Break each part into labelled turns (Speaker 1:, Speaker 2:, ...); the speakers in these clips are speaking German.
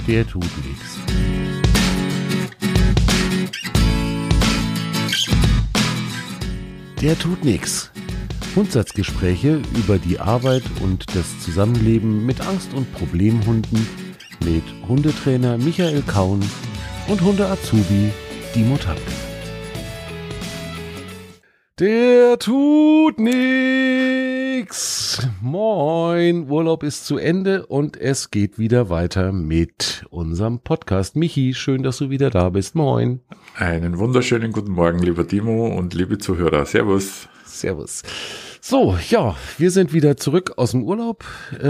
Speaker 1: Der tut nix. Der tut nix. Grundsatzgespräche über die Arbeit und das Zusammenleben mit Angst- und Problemhunden mit Hundetrainer Michael Kaun und Hunde-Azubi Dimo Tapke. Der tut nix. Moin, Urlaub ist zu Ende und es geht wieder weiter mit unserem Podcast. Michi, schön, dass du wieder da bist. Moin.
Speaker 2: Einen wunderschönen guten Morgen, lieber Timo und liebe Zuhörer. Servus.
Speaker 1: Servus. So, ja, wir sind wieder zurück aus dem Urlaub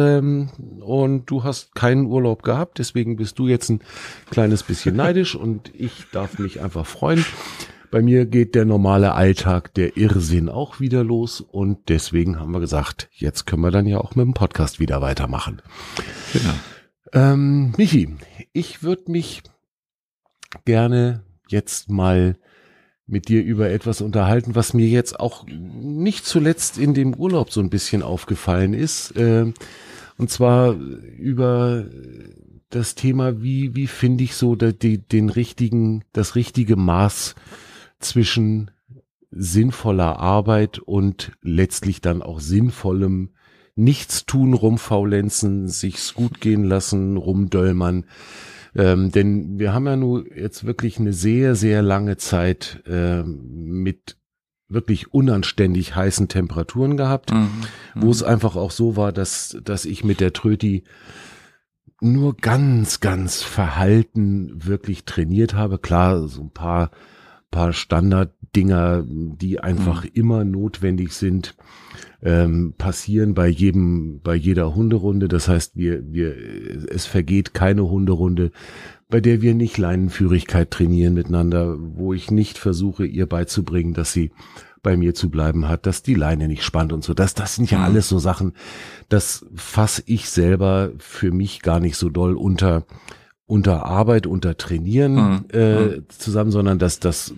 Speaker 1: und du hast keinen Urlaub gehabt, deswegen bist du jetzt ein kleines bisschen neidisch und ich darf mich einfach freuen. Bei mir geht der normale Alltag, der Irrsinn auch wieder los und deswegen haben wir gesagt, jetzt können wir dann ja auch mit dem Podcast wieder weitermachen.
Speaker 2: Genau.
Speaker 1: Michi, ich würde mich gerne jetzt mal mit dir über etwas unterhalten, was mir jetzt auch nicht zuletzt in dem Urlaub so ein bisschen aufgefallen ist, und zwar über das Thema, wie finde ich so das richtige Maß zwischen sinnvoller Arbeit und letztlich dann auch sinnvollem Nichtstun, rumfaulenzen, sich's gut gehen lassen, rumdöllmern. Denn wir haben ja nun jetzt wirklich eine sehr, sehr lange Zeit mit wirklich unanständig heißen Temperaturen gehabt, wo es einfach auch so war, dass ich mit der Tröti nur ganz, ganz verhalten wirklich trainiert habe. Klar, so ein paar Standarddinger, die einfach immer notwendig sind, passieren bei jeder Hunderunde. Das heißt, es vergeht keine Hunderunde, bei der wir nicht Leinenführigkeit trainieren miteinander, wo ich nicht versuche, ihr beizubringen, dass sie bei mir zu bleiben hat, dass die Leine nicht spannt und so. Das sind ja alles so Sachen, das fasse ich selber für mich gar nicht so doll unter Arbeit, unter Trainieren zusammen, sondern das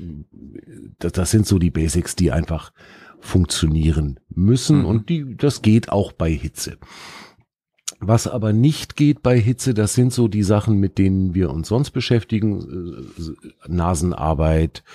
Speaker 1: sind so die Basics, die einfach funktionieren müssen und das geht auch bei Hitze. Was aber nicht geht bei Hitze, das sind so die Sachen, mit denen wir uns sonst beschäftigen, Nasenarbeit,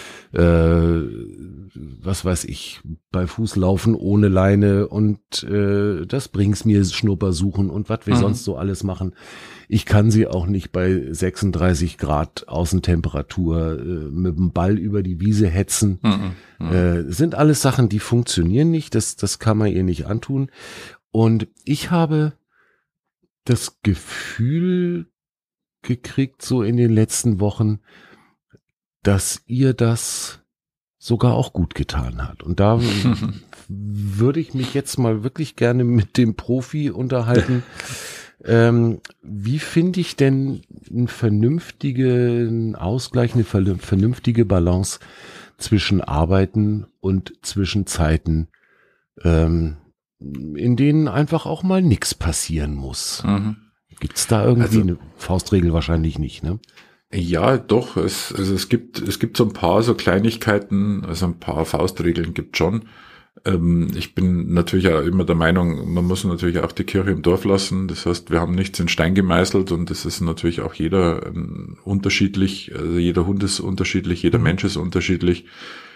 Speaker 1: was weiß ich, bei Fußlaufen ohne Leine und das bringt's mir Schnupper suchen und was wir sonst so alles machen. Ich kann sie auch nicht bei 36 Grad Außentemperatur mit dem Ball über die Wiese hetzen. Sind alles Sachen, die funktionieren nicht. Das kann man ihr nicht antun. Und ich habe das Gefühl gekriegt, so in den letzten Wochen, dass ihr das sogar auch gut getan hat. Und da würde ich mich jetzt mal wirklich gerne mit dem Profi unterhalten. Wie finde ich denn einen vernünftigen Ausgleich, eine vernünftige Balance zwischen Arbeiten und zwischen Zeiten, in denen einfach auch mal nichts passieren muss? Gibt's da irgendwie eine Faustregel? Wahrscheinlich nicht, ne?
Speaker 2: Ja, doch. Es gibt so ein paar so Kleinigkeiten, also ein paar Faustregeln gibt schon. Ich bin natürlich auch immer der Meinung, man muss natürlich auch die Kirche im Dorf lassen. Das heißt, wir haben nichts in Stein gemeißelt und es ist natürlich auch jeder unterschiedlich. Also jeder Hund ist unterschiedlich, jeder Mensch ist unterschiedlich.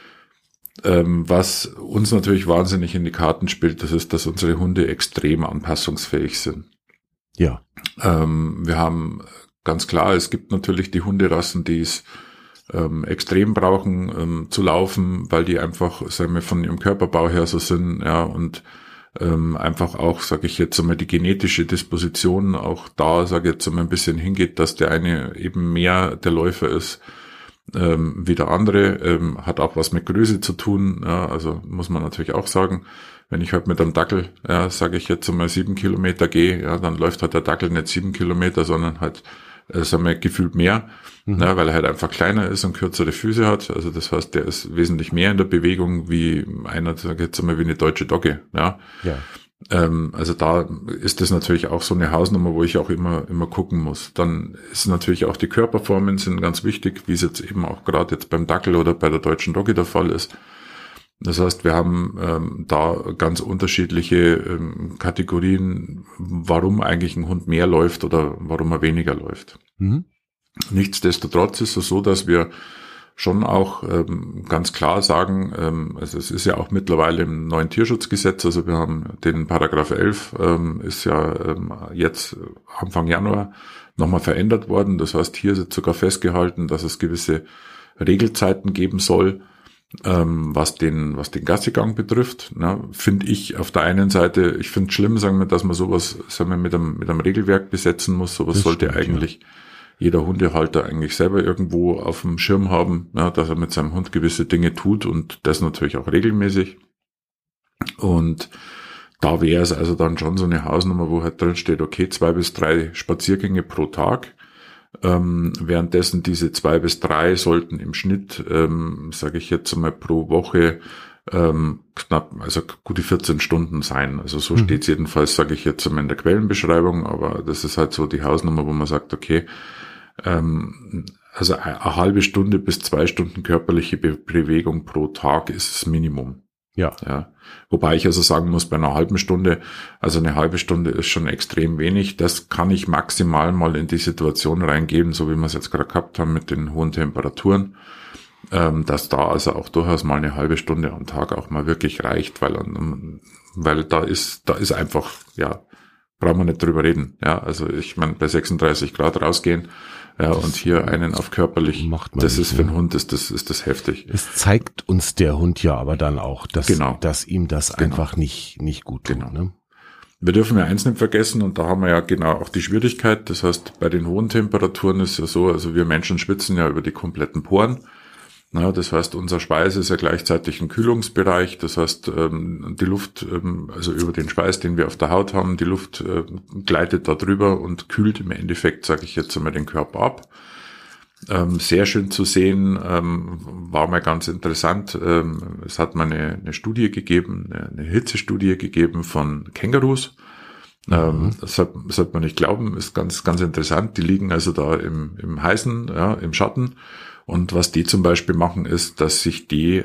Speaker 2: Was uns natürlich wahnsinnig in die Karten spielt, das ist, dass unsere Hunde extrem anpassungsfähig sind.
Speaker 1: Ja.
Speaker 2: Wir haben ganz klar, es gibt natürlich die Hunderassen, die es extrem brauchen zu laufen, weil die einfach, sagen wir, von ihrem Körperbau her so sind, ja, und einfach auch, sage ich jetzt einmal, die genetische Disposition auch da, sage ich jetzt einmal, ein bisschen hingeht, dass der eine eben mehr der Läufer ist wie der andere, hat auch was mit Größe zu tun, ja, also muss man natürlich auch sagen, wenn ich halt mit einem Dackel, ja, sage ich jetzt einmal 7 Kilometer gehe, ja, dann läuft halt der Dackel nicht 7 Kilometer, sondern halt, sagen wir, gefühlt mehr, ja, weil er halt einfach kleiner ist und kürzere Füße hat. Also das heißt, der ist wesentlich mehr in der Bewegung wie einer, sag ich jetzt einmal, wie eine deutsche Dogge, ja. Also da ist das natürlich auch so eine Hausnummer, wo ich auch immer gucken muss. Dann ist natürlich auch die Körperformen sind ganz wichtig, wie es jetzt eben auch gerade jetzt beim Dackel oder bei der deutschen Dogge der Fall ist. Das heißt, wir haben da ganz unterschiedliche Kategorien, warum eigentlich ein Hund mehr läuft oder warum er weniger läuft.
Speaker 1: Mhm.
Speaker 2: Nichtsdestotrotz ist es so, dass wir schon auch ganz klar sagen, also es ist ja auch mittlerweile im neuen Tierschutzgesetz, also wir haben den Paragraph 11, ist ja jetzt Anfang Januar nochmal verändert worden. Das heißt, hier ist jetzt sogar festgehalten, dass es gewisse Regelzeiten geben soll, was den Gassigang betrifft. Finde ich auf der einen Seite, ich finde es schlimm, sagen wir, dass man sowas, sagen wir, mit einem Regelwerk besetzen muss. Sowas das sollte stimmt, eigentlich jeder Hundehalter eigentlich selber irgendwo auf dem Schirm haben, dass er mit seinem Hund gewisse Dinge tut und das natürlich auch regelmäßig. Und da wäre es also dann schon so eine Hausnummer, wo halt drin steht, okay, 2 bis 3 Spaziergänge pro Tag. Währenddessen diese 2 bis 3 sollten im Schnitt, sage ich jetzt mal pro Woche, knapp, also gute 14 Stunden sein. Also so steht es jedenfalls, sage ich jetzt mal in der Quellenbeschreibung, aber das ist halt so die Hausnummer, wo man sagt, okay, also eine halbe Stunde bis 2 Stunden körperliche Bewegung pro Tag ist das Minimum. Ja. Wobei ich also sagen muss, bei einer halben Stunde, also eine halbe Stunde ist schon extrem wenig. Das kann ich maximal mal in die Situation reingeben, so wie wir es jetzt gerade gehabt haben mit den hohen Temperaturen, dass da also auch durchaus mal eine halbe Stunde am Tag auch mal wirklich reicht, weil da ist einfach, ja, brauchen wir nicht drüber reden. Ja, also ich meine, bei 36 Grad rausgehen, ja, und hier einen auf körperlich, das ist für einen Hund, ist das heftig.
Speaker 1: Es zeigt uns der Hund ja aber dann auch, dass ihm das einfach nicht gut tut.
Speaker 2: Genau.
Speaker 1: Ne?
Speaker 2: Wir dürfen ja eins nicht vergessen, und da haben wir ja genau auch die Schwierigkeit, das heißt, bei den hohen Temperaturen ist ja so, also wir Menschen schwitzen ja über die kompletten Poren. Na, das heißt, unser Schweiß ist ja gleichzeitig ein Kühlungsbereich. Das heißt, die Luft, also über den Schweiß, den wir auf der Haut haben, die Luft gleitet da drüber und kühlt im Endeffekt, sage ich jetzt einmal, den Körper ab. Sehr schön zu sehen, war mal ganz interessant. Es hat mal eine Studie gegeben, eine Hitzestudie gegeben von Kängurus. Das sollte man nicht glauben, ist ganz, ganz interessant. Die liegen also da im Heißen, ja, im Schatten. Und was die zum Beispiel machen, ist, dass sich die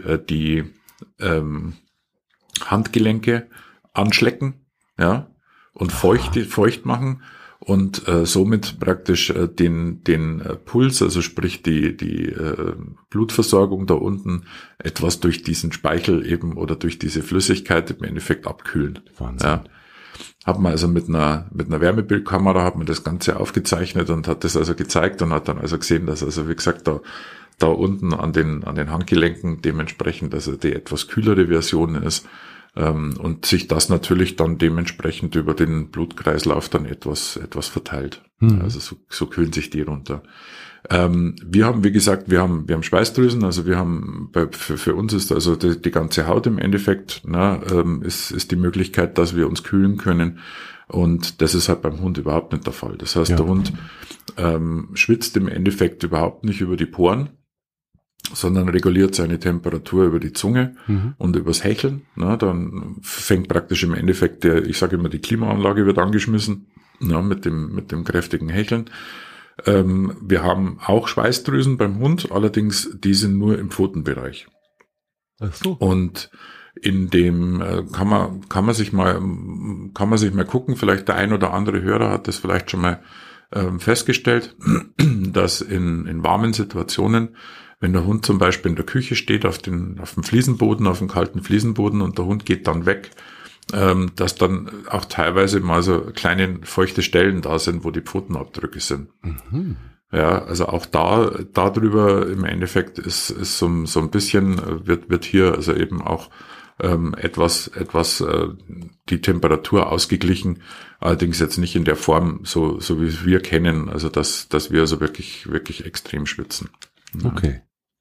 Speaker 2: Handgelenke anschlecken, ja, und feucht machen und somit praktisch den Puls, also sprich die Blutversorgung da unten etwas durch diesen Speichel eben oder durch diese Flüssigkeit im Endeffekt abkühlen.
Speaker 1: Wahnsinn.
Speaker 2: Ja. Hat man also mit einer Wärmebildkamera hat man das Ganze aufgezeichnet und hat das also gezeigt und hat dann also gesehen, dass also wie gesagt da unten an den Handgelenken dementsprechend also die etwas kühlere Version ist und sich das natürlich dann dementsprechend über den Blutkreislauf dann etwas verteilt. Also so kühlen sich die runter. Wir haben, wie gesagt, wir haben Schweißdrüsen, also wir haben für uns ist also die ganze Haut im Endeffekt, ist die Möglichkeit, dass wir uns kühlen können, und das ist halt beim Hund überhaupt nicht der Fall. Das heißt, der Hund schwitzt im Endeffekt überhaupt nicht über die Poren, sondern reguliert seine Temperatur über die Zunge und übers Hecheln. Dann fängt praktisch im Endeffekt ich sage immer, die Klimaanlage wird angeschmissen, mit dem kräftigen Hecheln. Wir haben auch Schweißdrüsen beim Hund, allerdings die sind nur im Pfotenbereich.
Speaker 1: Ach so.
Speaker 2: Und in dem kann man sich mal gucken, vielleicht der ein oder andere Hörer hat das vielleicht schon mal festgestellt, dass in warmen Situationen, wenn der Hund zum Beispiel in der Küche steht, auf dem Fliesenboden, auf dem kalten Fliesenboden, und der Hund geht dann weg, dass dann auch teilweise mal so kleine feuchte Stellen da sind, wo die Pfotenabdrücke sind. Ja, also auch darüber im Endeffekt ist so ein bisschen, wird hier also eben auch etwas die Temperatur ausgeglichen, allerdings jetzt nicht in der Form, so wie wir kennen, also dass wir also wirklich, wirklich extrem schwitzen. Ja.
Speaker 1: Okay.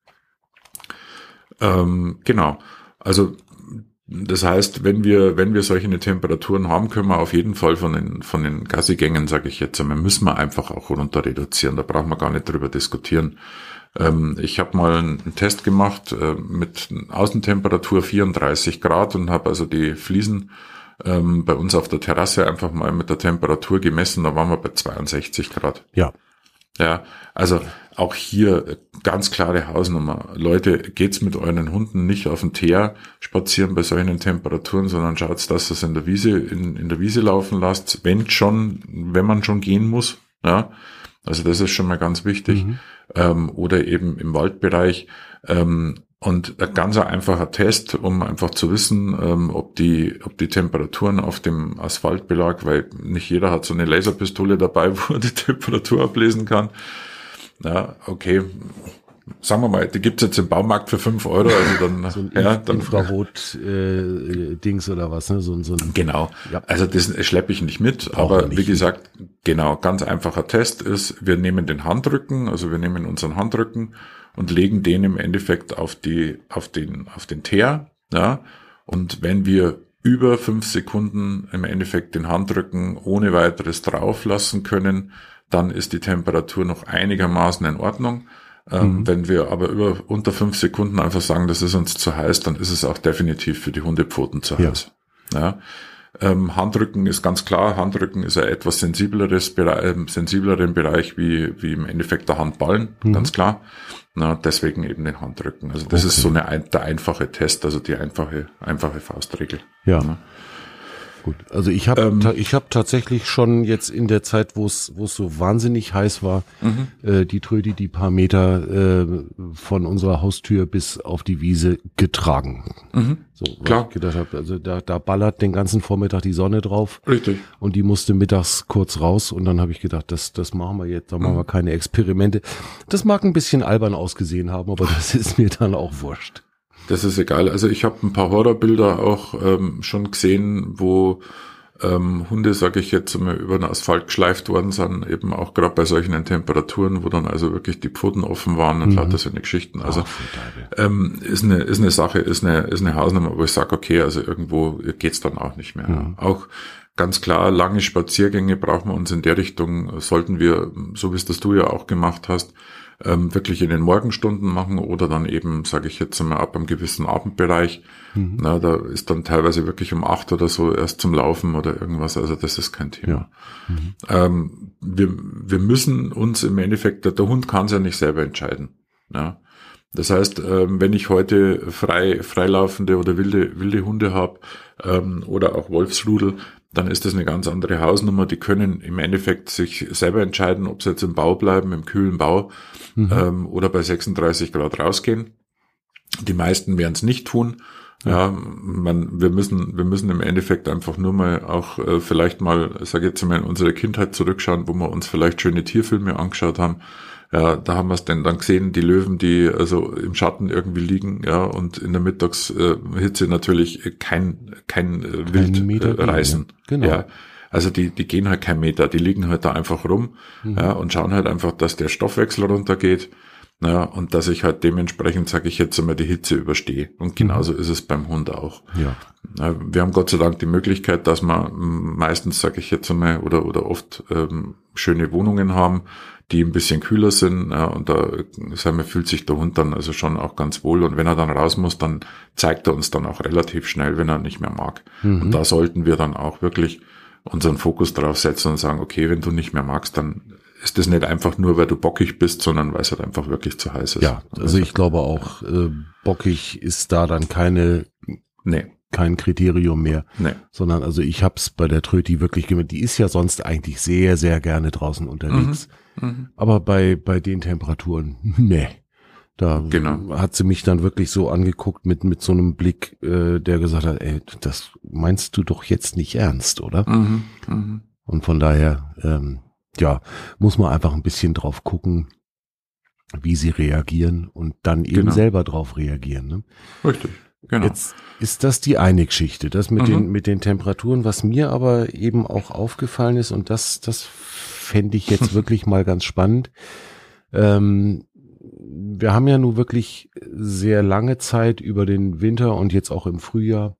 Speaker 2: Genau. Also das heißt, wenn wir solche Temperaturen haben, können wir auf jeden Fall von den Gassigängen, sage ich jetzt einmal, müssen wir einfach auch runter reduzieren. Da brauchen wir gar nicht drüber diskutieren. Ich habe mal einen Test gemacht mit Außentemperatur 34 Grad und habe also die Fliesen bei uns auf der Terrasse einfach mal mit der Temperatur gemessen. Da waren wir bei 62 Grad.
Speaker 1: Ja.
Speaker 2: Ja, also auch hier ganz klare Hausnummer. Leute, geht's mit euren Hunden nicht auf den Teer spazieren bei solchen Temperaturen, sondern schaut, dass ihr es in der Wiese, in der Wiese laufen lasst, wenn man schon gehen muss, ja. Also das ist schon mal ganz wichtig. Oder eben im Waldbereich. Und ein ganz einfacher Test, um einfach zu wissen, ob die Temperaturen auf dem Asphaltbelag, weil nicht jeder hat so eine Laserpistole dabei, wo er die Temperatur ablesen kann. Ja, okay. Sagen wir mal, die gibt's jetzt im Baumarkt für 5 €, also dann,
Speaker 1: so ein
Speaker 2: dann
Speaker 1: Infrarot-Dings oder was, ne? So ein
Speaker 2: genau. Ja. Also das schleppe ich nicht mit,
Speaker 1: Brauchen
Speaker 2: aber
Speaker 1: nicht.
Speaker 2: wie gesagt, genau, ganz einfacher Test ist, wir nehmen den Handrücken, also wir nehmen unseren Handrücken und legen den im Endeffekt auf den Teer, ja. Und wenn wir über 5 Sekunden im Endeffekt den Handrücken ohne weiteres drauf lassen können, dann ist die Temperatur noch einigermaßen in Ordnung. Wenn wir aber unter 5 Sekunden einfach sagen, das ist uns zu heiß, dann ist es auch definitiv für die Hundepfoten zu heiß. Ja. Handrücken ist ganz klar, Handrücken ist ein etwas sensibleren Bereich wie im Endeffekt der Handballen, ganz klar. Na, deswegen eben den Handrücken. Also das ist so der einfache Test, also die einfache Faustregel.
Speaker 1: Ja. Gut, also ich habe tatsächlich schon jetzt in der Zeit, wo es so wahnsinnig heiß war, die Trödi die paar Meter von unserer Haustür bis auf die Wiese getragen. So, weil
Speaker 2: klar.
Speaker 1: ich gedacht habe, also da ballert den ganzen Vormittag die Sonne drauf.
Speaker 2: Richtig.
Speaker 1: Und die musste mittags kurz raus und dann habe ich gedacht, das machen wir jetzt, da machen wir keine Experimente. Das mag ein bisschen albern ausgesehen haben, aber das ist mir dann auch wurscht.
Speaker 2: Das ist egal. Also ich habe ein paar Horrorbilder auch schon gesehen, wo Hunde, sage ich jetzt mal, über den Asphalt geschleift worden sind, eben auch gerade bei solchen Temperaturen, wo dann also wirklich die Pfoten offen waren und lauter so eine Geschichten. Also ist eine Sache, ist eine Hausnummer, wo ich sage, okay, also irgendwo geht's dann auch nicht mehr. Ja. Auch ganz klar, lange Spaziergänge brauchen wir uns in der Richtung, sollten wir, so wie es das du ja auch gemacht hast, wirklich in den Morgenstunden machen oder dann eben, sage ich jetzt mal, ab einem gewissen Abendbereich. Na, da ist dann teilweise wirklich um 8 oder so erst zum Laufen oder irgendwas, also das ist kein Thema. Ja. Wir müssen uns im Endeffekt, der Hund kann es ja nicht selber entscheiden. Ja. Das heißt, wenn ich heute freilaufende oder wilde Hunde habe oder auch Wolfsrudel, dann ist das eine ganz andere Hausnummer. Die können im Endeffekt sich selber entscheiden, ob sie jetzt im Bau bleiben, im kühlen Bau oder bei 36 Grad rausgehen. Die meisten werden es nicht tun. Ja, wir müssen im Endeffekt einfach nur mal auch vielleicht mal, sage ich jetzt mal, in unsere Kindheit zurückschauen, wo wir uns vielleicht schöne Tierfilme angeschaut haben. Ja, da haben wir es denn dann gesehen, die Löwen, die also im Schatten irgendwie liegen, ja, und in der Mittagshitze natürlich kein Wild reißen.
Speaker 1: Ja. Genau.
Speaker 2: Ja, also die gehen halt keinen Meter, die liegen halt da einfach rum, ja, und schauen halt einfach, dass der Stoffwechsel runtergeht, ja, und dass ich halt dementsprechend, sage ich jetzt einmal, die Hitze überstehe. Und genauso ist es beim Hund auch. Ja. Ja, wir haben Gott sei Dank die Möglichkeit, dass wir meistens, sage ich jetzt einmal, oder oft schöne Wohnungen haben, die ein bisschen kühler sind, ja, und da fühlt sich der Hund dann also schon auch ganz wohl, und wenn er dann raus muss, dann zeigt er uns dann auch relativ schnell, wenn er nicht mehr mag. Und da sollten wir dann auch wirklich unseren Fokus drauf setzen und sagen, okay, wenn du nicht mehr magst, dann ist das nicht einfach nur, weil du bockig bist, sondern weil es halt einfach wirklich zu heiß ist.
Speaker 1: Ja, also ich glaube auch, bockig ist da dann kein Kriterium mehr, sondern also ich hab's bei der Tröti wirklich gemerkt, die ist ja sonst eigentlich sehr, sehr gerne draußen unterwegs, aber bei den Temperaturen, da hat sie mich dann wirklich so angeguckt mit so einem Blick, der gesagt hat, ey, das meinst du doch jetzt nicht ernst, oder? Und von daher, muss man einfach ein bisschen drauf gucken, wie sie reagieren und dann eben selber drauf reagieren. Ne?
Speaker 2: Richtig. Genau.
Speaker 1: Jetzt ist das die eine Geschichte, das mit den Temperaturen, was mir aber eben auch aufgefallen ist, und das fände ich jetzt wirklich mal ganz spannend. Wir haben ja nun wirklich sehr lange Zeit über den Winter und jetzt auch im Frühjahr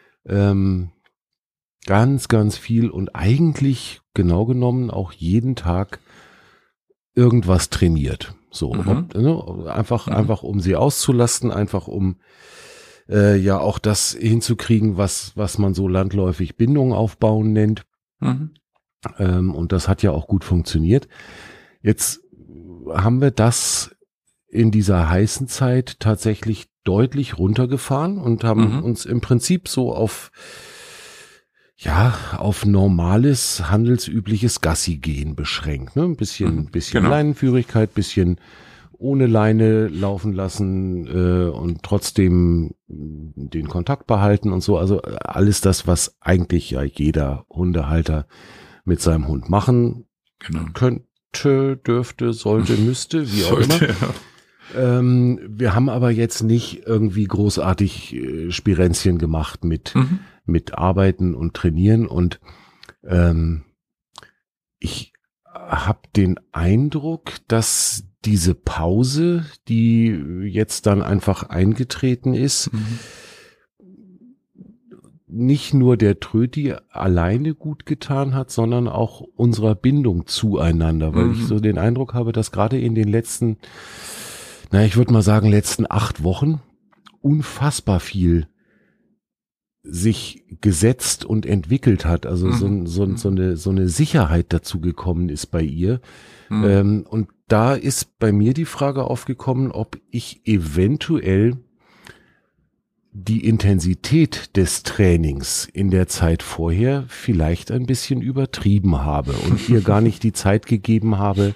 Speaker 1: ganz, ganz viel und eigentlich genau genommen auch jeden Tag irgendwas trainiert. So, einfach um sie auszulasten, einfach um auch das hinzukriegen, was man so landläufig Bindung aufbauen nennt. Und das hat ja auch gut funktioniert. Jetzt haben wir das in dieser heißen Zeit tatsächlich deutlich runtergefahren und haben uns im Prinzip so auf normales, handelsübliches Gassi-Gehen beschränkt. Ne? Ein bisschen
Speaker 2: genau.
Speaker 1: Leinenführigkeit, bisschen ohne Leine laufen lassen und trotzdem den Kontakt behalten und so. Also alles das, was eigentlich ja jeder Hundehalter mit seinem Hund machen könnte, dürfte, sollte, müsste, wie auch immer. Ja. Wir haben aber jetzt nicht irgendwie großartig Spirenzchen gemacht mit Arbeiten und Trainieren und ich habe den Eindruck, dass diese Pause, die jetzt dann einfach eingetreten ist, nicht nur der Tröti alleine gut getan hat, sondern auch unserer Bindung zueinander, weil ich so den Eindruck habe, dass gerade in den letzten, ich würde mal sagen, letzten 8 Wochen unfassbar viel sich gesetzt und entwickelt hat, also so eine Sicherheit dazu gekommen ist bei ihr. Und da ist bei mir die Frage aufgekommen, ob ich eventuell die Intensität des Trainings in der Zeit vorher vielleicht ein bisschen übertrieben habe und ihr gar nicht die Zeit gegeben habe,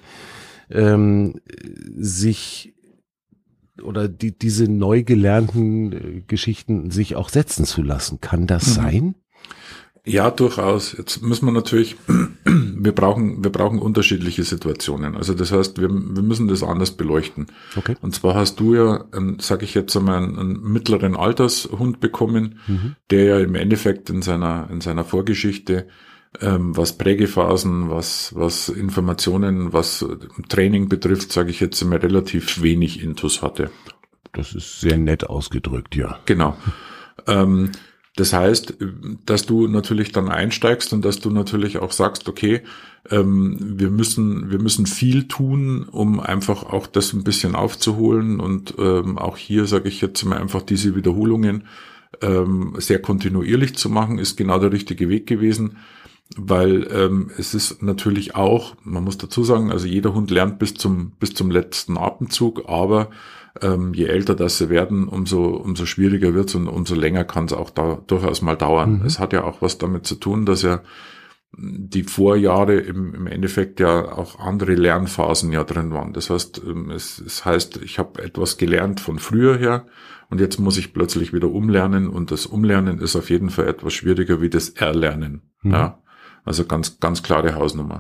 Speaker 1: sich oder diese neu gelernten Geschichten sich auch setzen zu lassen. Kann das sein?
Speaker 2: Ja, durchaus. Jetzt müssen wir natürlich, wir brauchen unterschiedliche Situationen. Also das heißt, wir müssen das anders beleuchten.
Speaker 1: Okay.
Speaker 2: Und zwar hast du ja, sage ich jetzt einmal, einen mittleren Altershund bekommen, der ja im Endeffekt in seiner Vorgeschichte, was Prägephasen, was Informationen, was Training betrifft, sage ich jetzt einmal, relativ wenig Intus hatte.
Speaker 1: Das ist sehr nett ausgedrückt, ja.
Speaker 2: Genau. Das heißt, dass du natürlich dann einsteigst und dass du natürlich auch sagst, okay, wir müssen viel tun, um einfach auch das ein bisschen aufzuholen und auch hier, sage ich jetzt mal, einfach diese Wiederholungen sehr kontinuierlich zu machen, ist genau der richtige Weg gewesen, weil es ist natürlich auch, man muss dazu sagen, also jeder Hund lernt bis zum letzten Atemzug, aber je älter das sie werden, umso schwieriger wird's und umso länger kann es auch da durchaus mal dauern. Es hat ja auch was damit zu tun, dass ja die Vorjahre im Endeffekt ja auch andere Lernphasen ja drin waren. Das heißt, es heißt, ich habe etwas gelernt von früher her und jetzt muss ich plötzlich wieder umlernen und das Umlernen ist auf jeden Fall etwas schwieriger wie das Erlernen. Ja, also ganz, ganz klare Hausnummer.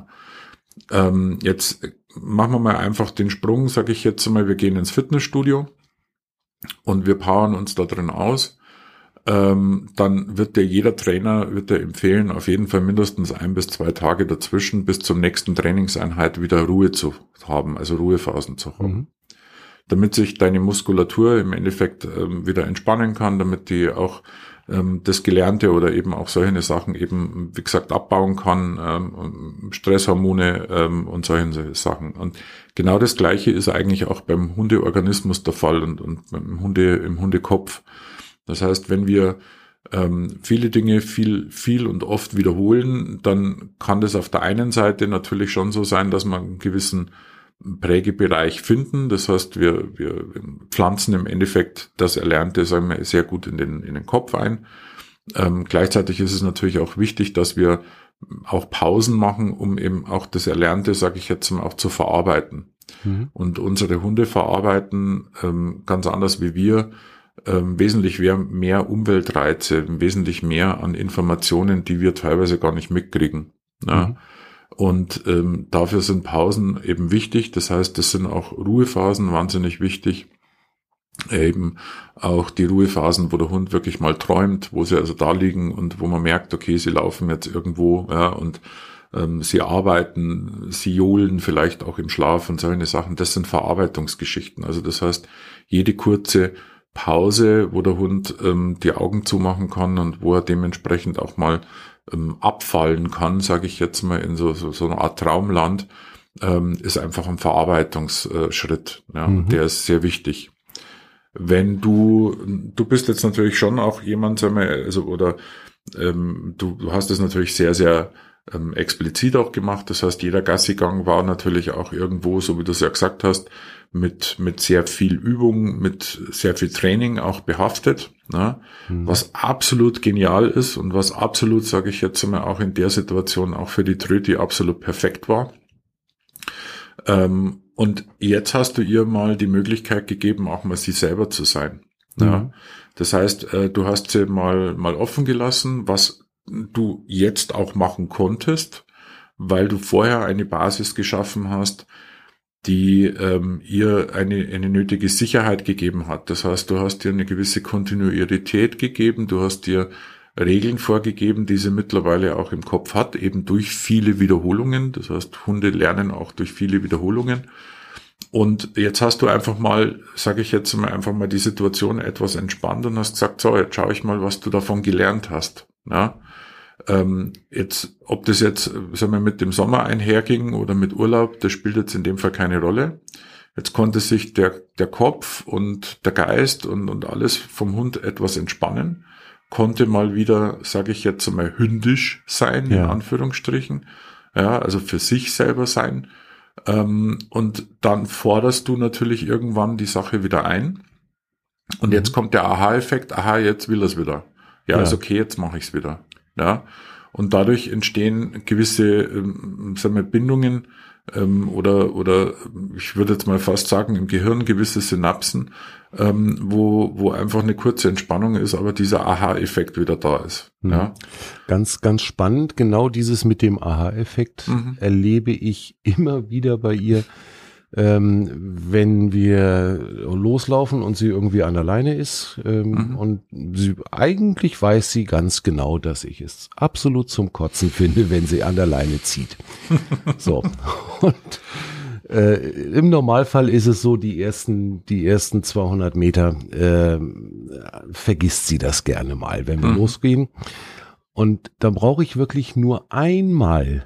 Speaker 2: Jetzt machen wir mal einfach den Sprung, sage ich jetzt mal, wir gehen ins Fitnessstudio und wir powern uns da drin aus. Dann wird jeder Trainer empfehlen, auf jeden Fall mindestens 1 bis 2 Tage dazwischen bis zur nächsten Trainingseinheit wieder Ruhe zu haben, also Ruhephasen zu haben. Damit sich deine Muskulatur im Endeffekt wieder entspannen kann, damit die auch das Gelernte oder eben auch solche Sachen eben, wie gesagt, abbauen kann, Stresshormone und solche Sachen. Und genau das Gleiche ist eigentlich auch beim Hundeorganismus der Fall und im Hundekopf. Das heißt, wenn wir viele Dinge viel und oft wiederholen, dann kann das auf der einen Seite natürlich schon so sein, dass man einen gewissen Prägebereich finden. Das heißt, wir pflanzen im Endeffekt das Erlernte, sagen wir, sehr gut in den Kopf ein. Gleichzeitig ist es natürlich auch wichtig, dass wir auch Pausen machen, um eben auch das Erlernte, sage ich jetzt mal, auch zu verarbeiten. Und unsere Hunde verarbeiten ganz anders wie wir wesentlich mehr Umweltreize, wesentlich mehr an Informationen, die wir teilweise gar nicht mitkriegen. Ja. Und dafür sind Pausen eben wichtig. Das heißt, das sind auch Ruhephasen wahnsinnig wichtig. Eben auch die Ruhephasen, wo der Hund wirklich mal träumt, wo sie also da liegen und wo man merkt, okay, sie laufen jetzt irgendwo, ja, und sie arbeiten, sie johlen vielleicht auch im Schlaf und solche Sachen. Das sind Verarbeitungsgeschichten. Also das heißt, jede kurze Pause, wo der Hund die Augen zumachen kann und wo er dementsprechend auch mal abfallen kann, sage ich jetzt mal, in so eine Art Traumland, ist einfach ein Verarbeitungsschritt. Ja, der ist sehr wichtig. Wenn du bist jetzt natürlich schon auch jemand, sag mal, also oder du hast es natürlich sehr, sehr explizit auch gemacht. Das heißt, jeder Gassigang war natürlich auch irgendwo, so wie du es ja gesagt hast, mit sehr viel Übung, mit sehr viel Training auch behaftet, ne? Was absolut genial ist und was absolut, sage ich jetzt mal, auch in der Situation auch für die Tröti absolut perfekt war. Und jetzt hast du ihr mal die Möglichkeit gegeben, auch mal sie selber zu sein. Ja. Das heißt, du hast sie mal offen gelassen, was du jetzt auch machen konntest, weil du vorher eine Basis geschaffen hast, die ihr eine nötige Sicherheit gegeben hat. Das heißt, du hast ihr eine gewisse Kontinuität gegeben, du hast ihr Regeln vorgegeben, die sie mittlerweile auch im Kopf hat, eben durch viele Wiederholungen. Das heißt, Hunde lernen auch durch viele Wiederholungen. Und jetzt hast du einfach mal, sage ich jetzt mal, einfach mal die Situation etwas entspannt und hast gesagt, so, jetzt schaue ich mal, was du davon gelernt hast. Ja? Jetzt, ob das jetzt, sagen wir, mit dem Sommer einherging oder mit Urlaub, das spielt jetzt in dem Fall keine Rolle. Jetzt konnte sich der Kopf und der Geist und alles vom Hund etwas entspannen, konnte mal wieder, sage ich jetzt mal, hündisch sein, in Anführungsstrichen, ja, also für sich selber sein. Und dann forderst du natürlich irgendwann die Sache wieder ein. Und jetzt kommt der Aha-Effekt, jetzt will er es wieder. Ja, ist okay, jetzt mache ich es wieder. Ja, und dadurch entstehen gewisse, sagen wir, Bindungen oder ich würde jetzt mal fast sagen, im Gehirn gewisse Synapsen, wo einfach eine kurze Entspannung ist, aber dieser Aha-Effekt wieder da ist. Ja.
Speaker 1: Ganz, ganz spannend. Genau dieses mit dem Aha-Effekt erlebe ich immer wieder bei ihr, wenn wir loslaufen und sie irgendwie an der Leine ist und eigentlich weiß sie ganz genau, dass ich es absolut zum Kotzen finde, wenn sie an der Leine zieht. So. Und im Normalfall ist es so, die ersten 200 Meter vergisst sie das gerne mal, wenn wir losgehen. Und da brauche ich wirklich nur einmal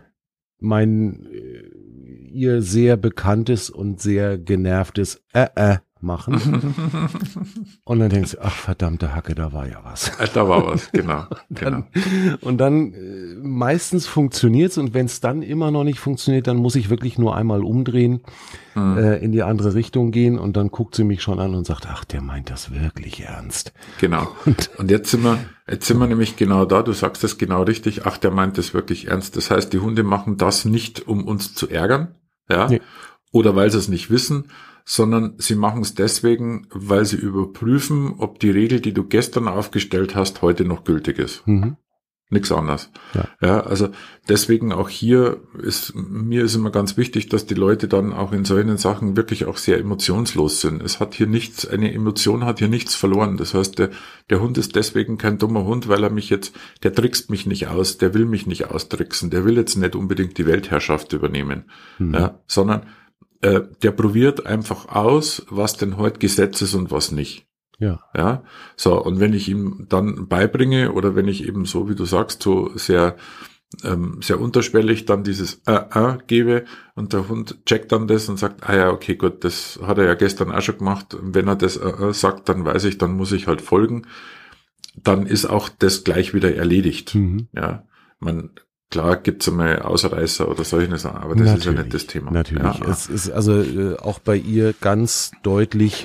Speaker 1: ihr sehr bekanntes und sehr genervtes machen. Und dann denkst du, ach verdammte Hacke, da war ja was.
Speaker 2: Da war was, genau.
Speaker 1: Und dann meistens funktioniert's und wenn es dann immer noch nicht funktioniert, dann muss ich wirklich nur einmal umdrehen, in die andere Richtung gehen und dann guckt sie mich schon an und sagt, ach, der meint das wirklich ernst.
Speaker 2: Genau. Und jetzt sind wir nämlich genau da, du sagst das genau richtig, ach, der meint das wirklich ernst. Das heißt, die Hunde machen das nicht, um uns zu ärgern, ja, oder weil sie es nicht wissen, sondern sie machen es deswegen, weil sie überprüfen, ob die Regel, die du gestern aufgestellt hast, heute noch gültig ist. Nichts anderes. Ja, also deswegen auch hier mir ist immer ganz wichtig, dass die Leute dann auch in solchen Sachen wirklich auch sehr emotionslos sind. Eine Emotion hat hier nichts verloren. Das heißt, der Hund ist deswegen kein dummer Hund, weil der trickst mich nicht aus, der will mich nicht austricksen, der will jetzt nicht unbedingt die Weltherrschaft übernehmen, sondern der probiert einfach aus, was denn heute Gesetz ist und was nicht. Ja. So, und wenn ich ihm dann beibringe oder wenn ich eben so, wie du sagst, so sehr unterschwellig dann dieses gebe und der Hund checkt dann das und sagt, ja, okay, gut, das hat er ja gestern auch schon gemacht. Und wenn er das sagt, dann weiß ich, dann muss ich halt folgen. Dann ist auch das gleich wieder erledigt. Ja, klar gibt's einmal Ausreißer oder solche Sachen, aber das ist ja nicht das Thema.
Speaker 1: Natürlich. Ja. Es ist also auch bei ihr ganz deutlich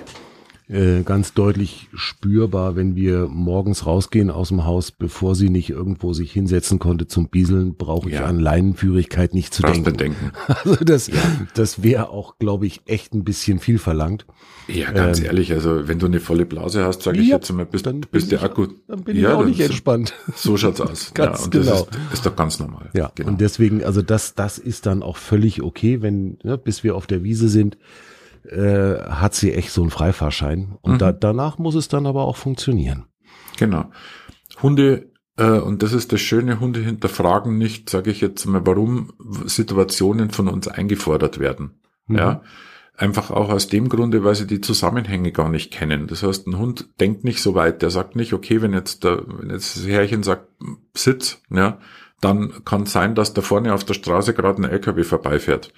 Speaker 1: spürbar, wenn wir morgens rausgehen aus dem Haus, bevor sie nicht irgendwo sich hinsetzen konnte zum Bieseln, brauche ich an Leinenführigkeit nicht zu denken. Also das wäre auch, glaube ich, echt ein bisschen viel verlangt.
Speaker 2: Ja, ganz ehrlich, also wenn du eine volle Blase hast, sage ich jetzt mal, bist der Akku.
Speaker 1: Dann bin ich auch nicht entspannt.
Speaker 2: So schaut's aus.
Speaker 1: Ganz
Speaker 2: und
Speaker 1: genau.
Speaker 2: Das ist doch ganz normal.
Speaker 1: Ja,
Speaker 2: genau.
Speaker 1: Und deswegen, also das ist dann auch völlig okay, wenn, bis wir auf der Wiese sind, hat sie echt so einen Freifahrschein. Und danach muss es dann aber auch funktionieren.
Speaker 2: Genau. Hunde, und das ist das Schöne, Hunde hinterfragen nicht, sage ich jetzt mal, warum Situationen von uns eingefordert werden. Ja. Einfach auch aus dem Grunde, weil sie die Zusammenhänge gar nicht kennen. Das heißt, ein Hund denkt nicht so weit. Der sagt nicht, okay, wenn jetzt das Herrchen sagt, Sitz, ja, dann kann es sein, dass da vorne auf der Straße gerade ein LKW vorbeifährt.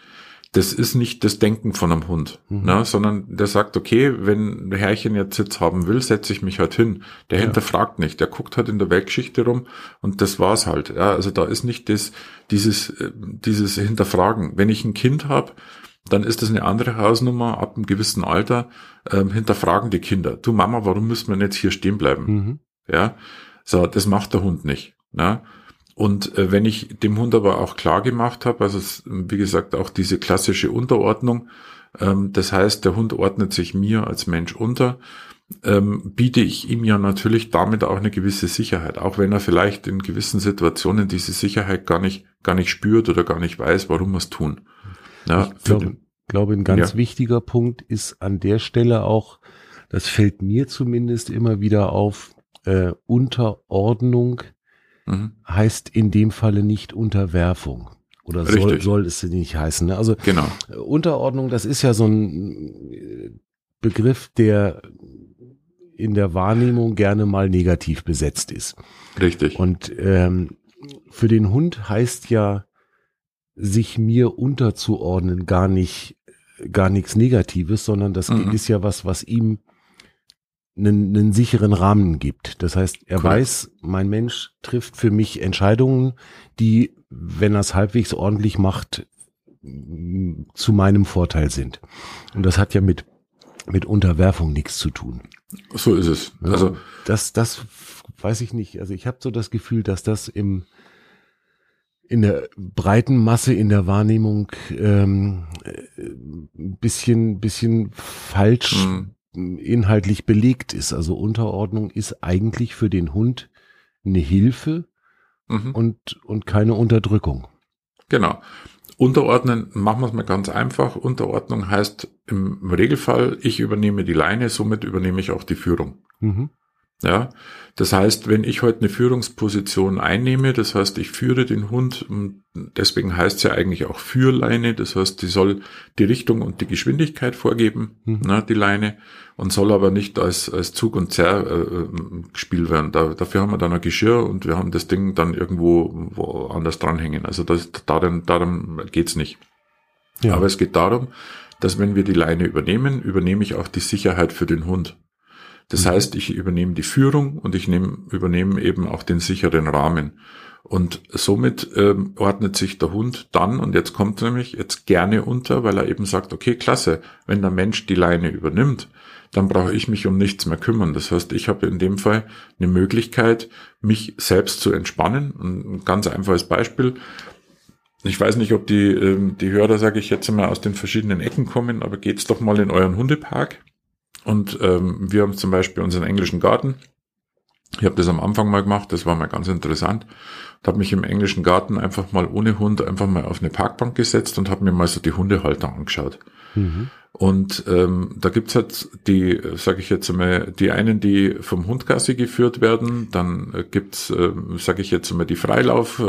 Speaker 2: das ist nicht das Denken von einem Hund, ne, sondern der sagt, okay, wenn der Herrchen jetzt Sitz haben will, setze ich mich halt hin. Der hinterfragt nicht, der guckt halt in der Weltgeschichte rum und das war's halt. Ja, also da ist nicht dieses Hinterfragen. Wenn ich ein Kind habe, dann ist das eine andere Hausnummer. Ab einem gewissen Alter hinterfragen die Kinder. Du Mama, warum müssen wir jetzt hier stehen bleiben? Ja, so, das macht der Hund nicht. Ne? Und wenn ich dem Hund aber auch klar gemacht habe, also wie gesagt auch diese klassische Unterordnung, das heißt, der Hund ordnet sich mir als Mensch unter, biete ich ihm ja natürlich damit auch eine gewisse Sicherheit, auch wenn er vielleicht in gewissen Situationen diese Sicherheit gar nicht spürt oder gar nicht weiß, warum wir es tun. Ja,
Speaker 1: ich glaube, ein ganz wichtiger Punkt ist an der Stelle auch, das fällt mir zumindest immer wieder auf, Unterordnung heißt in dem Falle nicht Unterwerfung. Oder soll es nicht heißen. Ne? Also
Speaker 2: genau.
Speaker 1: Unterordnung, das ist ja so ein Begriff, der in der Wahrnehmung gerne mal negativ besetzt ist.
Speaker 2: Richtig.
Speaker 1: Und für den Hund heißt ja, sich mir unterzuordnen gar nichts Negatives, sondern das ist ja was ihm einen sicheren Rahmen gibt. Das heißt, er weiß, mein Mensch trifft für mich Entscheidungen, die, wenn er es halbwegs ordentlich macht, zu meinem Vorteil sind. Und das hat ja mit Unterwerfung nichts zu tun.
Speaker 2: So ist es.
Speaker 1: Ja, also das weiß ich nicht. Also ich habe so das Gefühl, dass das in der breiten Masse in der Wahrnehmung ein bisschen falsch inhaltlich belegt ist. Also Unterordnung ist eigentlich für den Hund eine Hilfe und keine Unterdrückung.
Speaker 2: Genau. Unterordnen, machen wir es mal ganz einfach. Unterordnung heißt im Regelfall, ich übernehme die Leine, somit übernehme ich auch die Führung. Ja, das heißt, wenn ich heute eine Führungsposition einnehme, das heißt, ich führe den Hund, deswegen heißt es ja eigentlich auch Führleine, das heißt, die soll die Richtung und die Geschwindigkeit vorgeben, die Leine, und soll aber nicht als Zug und Zerr gespielt werden. Dafür haben wir dann ein Geschirr und wir haben das Ding dann irgendwo anders dranhängen. Also darum geht's nicht. Ja. Aber es geht darum, dass wenn wir die Leine übernehmen, übernehme ich auch die Sicherheit für den Hund. Das heißt, ich übernehme die Führung und ich übernehme eben auch den sicheren Rahmen. Und somit ordnet sich der Hund dann, und jetzt kommt nämlich jetzt gerne unter, weil er eben sagt, okay, klasse, wenn der Mensch die Leine übernimmt, dann brauche ich mich um nichts mehr kümmern. Das heißt, ich habe in dem Fall eine Möglichkeit, mich selbst zu entspannen. Ein ganz einfaches Beispiel. Ich weiß nicht, ob die Hörer, sage ich jetzt mal, aus den verschiedenen Ecken kommen, aber geht's doch mal in euren Hundepark. Und wir haben zum Beispiel unseren englischen Garten. Ich habe das am Anfang mal gemacht, das war mal ganz interessant. Ich habe mich im englischen Garten einfach mal ohne Hund einfach mal auf eine Parkbank gesetzt und habe mir mal so die Hundehalter angeschaut. Und da gibt's halt die, sage ich jetzt mal, die einen, die vom Hund Gassi geführt werden. Dann gibt's, sage ich jetzt mal, die Freilauf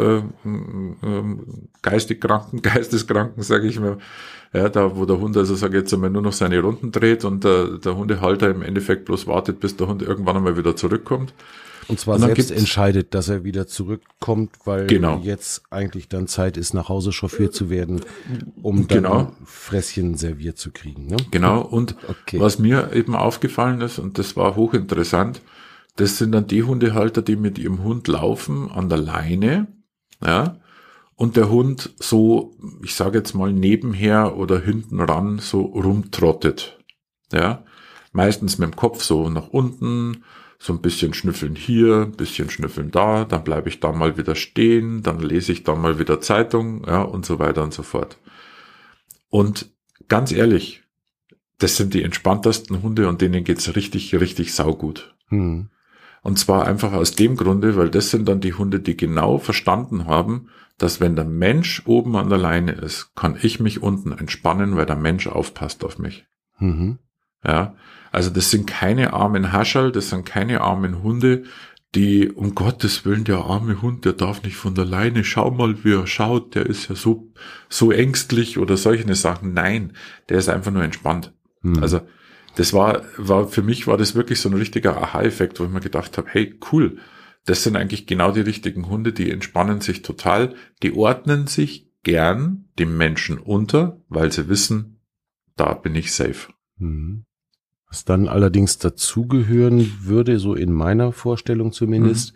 Speaker 2: Geisteskranken, sage ich mal. Ja, da wo der Hund, also sage ich jetzt einmal, nur noch seine Runden dreht und der Hundehalter im Endeffekt bloß wartet, bis der Hund irgendwann einmal wieder zurückkommt.
Speaker 1: Und zwar selbst entscheidet, dass er wieder zurückkommt, weil jetzt eigentlich dann Zeit ist, nach Hause chauffiert zu werden, um dann ein Fresschen serviert zu kriegen. Ne?
Speaker 2: Genau, und was mir eben aufgefallen ist, und das war hochinteressant, das sind dann die Hundehalter, die mit ihrem Hund laufen an der Leine, ja, und der Hund so, ich sage jetzt mal, nebenher oder hinten ran so rumtrottet. Ja, meistens mit dem Kopf so nach unten, so ein bisschen schnüffeln hier, ein bisschen schnüffeln da, dann bleibe ich da mal wieder stehen, dann lese ich da mal wieder Zeitung, ja, und so weiter und so fort. Und ganz ehrlich, das sind die entspanntesten Hunde und denen geht's richtig, richtig saugut. Und zwar einfach aus dem Grunde, weil das sind dann die Hunde, die genau verstanden haben, dass wenn der Mensch oben an der Leine ist, kann ich mich unten entspannen, weil der Mensch aufpasst auf mich. Ja, also das sind keine armen Hascherl, das sind keine armen Hunde, die, um Gottes Willen, der arme Hund, der darf nicht von der Leine, schau mal, wie er schaut, der ist ja so ängstlich oder solche Sachen. Nein, der ist einfach nur entspannt. Also das war für mich war das wirklich so ein richtiger Aha-Effekt, wo ich mir gedacht habe, hey, cool, das sind eigentlich genau die richtigen Hunde, die entspannen sich total, die ordnen sich gern dem Menschen unter, weil sie wissen, da bin ich safe.
Speaker 1: Was dann allerdings dazugehören würde, so in meiner Vorstellung zumindest,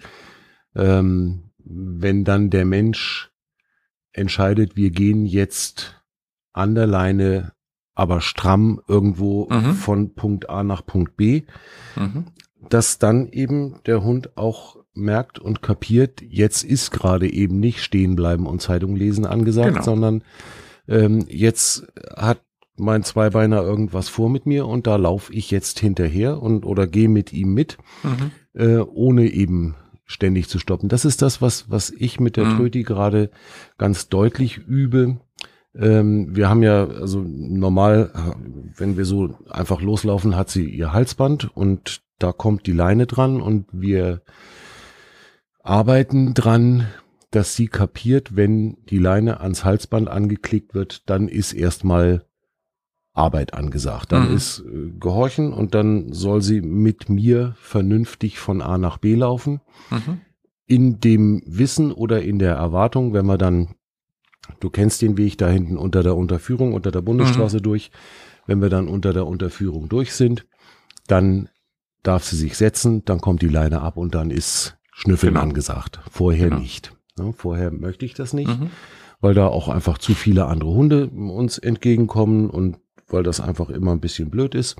Speaker 1: wenn dann der Mensch entscheidet, wir gehen jetzt an der Leine, aber stramm irgendwo von Punkt A nach Punkt B, dass dann eben der Hund auch merkt und kapiert, jetzt ist gerade eben nicht stehen bleiben und Zeitung lesen angesagt, sondern jetzt hat mein Zweibeiner irgendwas vor mit mir und da laufe ich jetzt hinterher oder gehe mit ihm mit, ohne eben ständig zu stoppen. Das ist das, was ich mit der Tröti gerade ganz deutlich übe. Wir haben ja, also normal, wenn wir so einfach loslaufen, hat sie ihr Halsband und da kommt die Leine dran und wir arbeiten dran, dass sie kapiert, wenn die Leine ans Halsband angeklickt wird, dann ist erstmal Arbeit angesagt. Dann ist Gehorchen und dann soll sie mit mir vernünftig von A nach B laufen. In dem Wissen oder in der Erwartung, wenn wir dann, du kennst den Weg da hinten unter der Unterführung, unter der Bundesstraße durch, wenn wir dann unter der Unterführung durch sind, dann darf sie sich setzen, dann kommt die Leine ab und dann ist Schnüffeln angesagt. Vorher nicht. Ja, vorher möchte ich das nicht, weil da auch einfach zu viele andere Hunde uns entgegenkommen und weil das einfach immer ein bisschen blöd ist.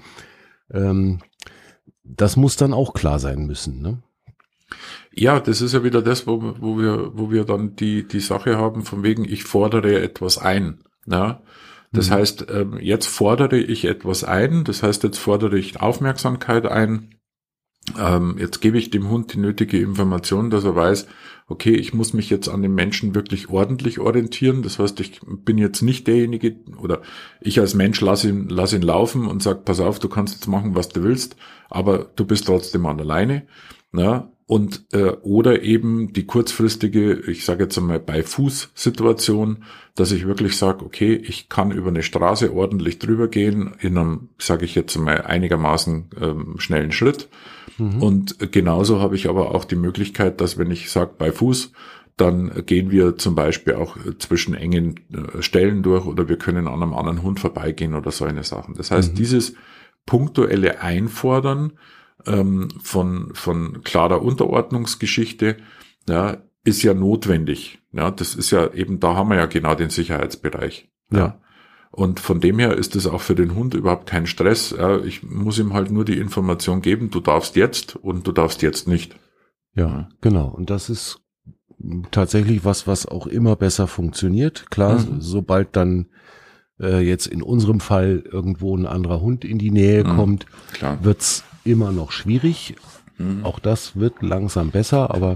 Speaker 1: Das muss dann auch klar sein müssen, ne?
Speaker 2: Ja, das ist ja wieder das, wo wir dann die Sache haben, von wegen, ich fordere etwas ein. Ja? Das heißt, jetzt fordere ich etwas ein, das heißt, jetzt fordere ich Aufmerksamkeit ein. Jetzt gebe ich dem Hund die nötige Information, dass er weiß, okay, ich muss mich jetzt an dem Menschen wirklich ordentlich orientieren. Das heißt, ich bin jetzt nicht derjenige, oder ich als Mensch lass ihn laufen und sag, pass auf, du kannst jetzt machen, was du willst, aber du bist trotzdem an der Leine. Ja? Und oder eben die kurzfristige, ich sage jetzt einmal bei Fuß-Situation, dass ich wirklich sage, okay, ich kann über eine Straße ordentlich drüber gehen in einem, sage ich jetzt mal, einigermaßen schnellen Schritt. Und genauso habe ich aber auch die Möglichkeit, dass wenn ich sage bei Fuß, dann gehen wir zum Beispiel auch zwischen engen Stellen durch oder wir können an einem anderen Hund vorbeigehen oder so eine Sachen. Das heißt, dieses punktuelle Einfordern von klarer Unterordnungsgeschichte, ja, ist ja notwendig. Ja, das ist ja eben, da haben wir ja genau den Sicherheitsbereich. Ja. Und von dem her ist es auch für den Hund überhaupt kein Stress. Ja, ich muss ihm halt nur die Information geben, du darfst jetzt und du darfst jetzt nicht.
Speaker 1: Ja, genau. Und das ist tatsächlich was auch immer besser funktioniert. Klar, sobald dann jetzt in unserem Fall irgendwo ein anderer Hund in die Nähe kommt, wird's immer noch schwierig. Auch das wird langsam besser, aber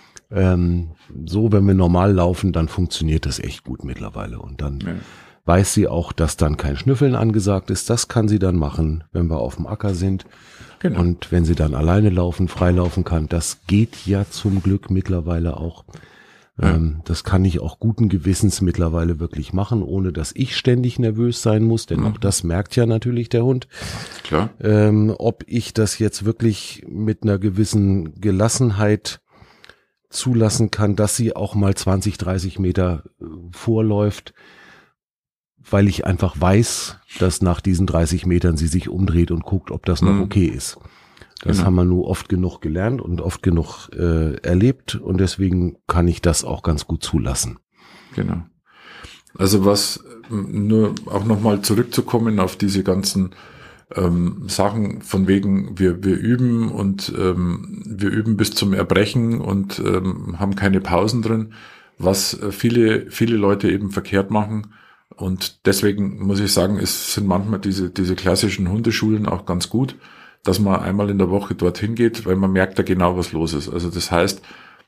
Speaker 1: so, wenn wir normal laufen, dann funktioniert das echt gut mittlerweile. Und dann weiß sie auch, dass dann kein Schnüffeln angesagt ist. Das kann sie dann machen, wenn wir auf dem Acker sind. Genau. Und wenn sie dann alleine laufen, freilaufen kann, das geht ja zum Glück mittlerweile auch. Das kann ich auch guten Gewissens mittlerweile wirklich machen, ohne dass ich ständig nervös sein muss, denn auch das merkt ja natürlich der Hund.
Speaker 2: Klar.
Speaker 1: Ob ich das jetzt wirklich mit einer gewissen Gelassenheit zulassen kann, dass sie auch mal 20, 30 Meter vorläuft, weil ich einfach weiß, dass nach diesen 30 Metern sie sich umdreht und guckt, ob das noch okay ist. Das haben wir nur oft genug gelernt und oft genug erlebt und deswegen kann ich das auch ganz gut zulassen.
Speaker 2: Genau. Also was, nur auch nochmal zurückzukommen auf diese ganzen Sachen von wegen, wir üben und wir üben bis zum Erbrechen und haben keine Pausen drin, was viele Leute eben verkehrt machen. Und deswegen muss ich sagen, es sind manchmal diese klassischen Hundeschulen auch ganz gut, dass man einmal in der Woche dorthin geht, weil man merkt ja genau, was los ist. Also das heißt,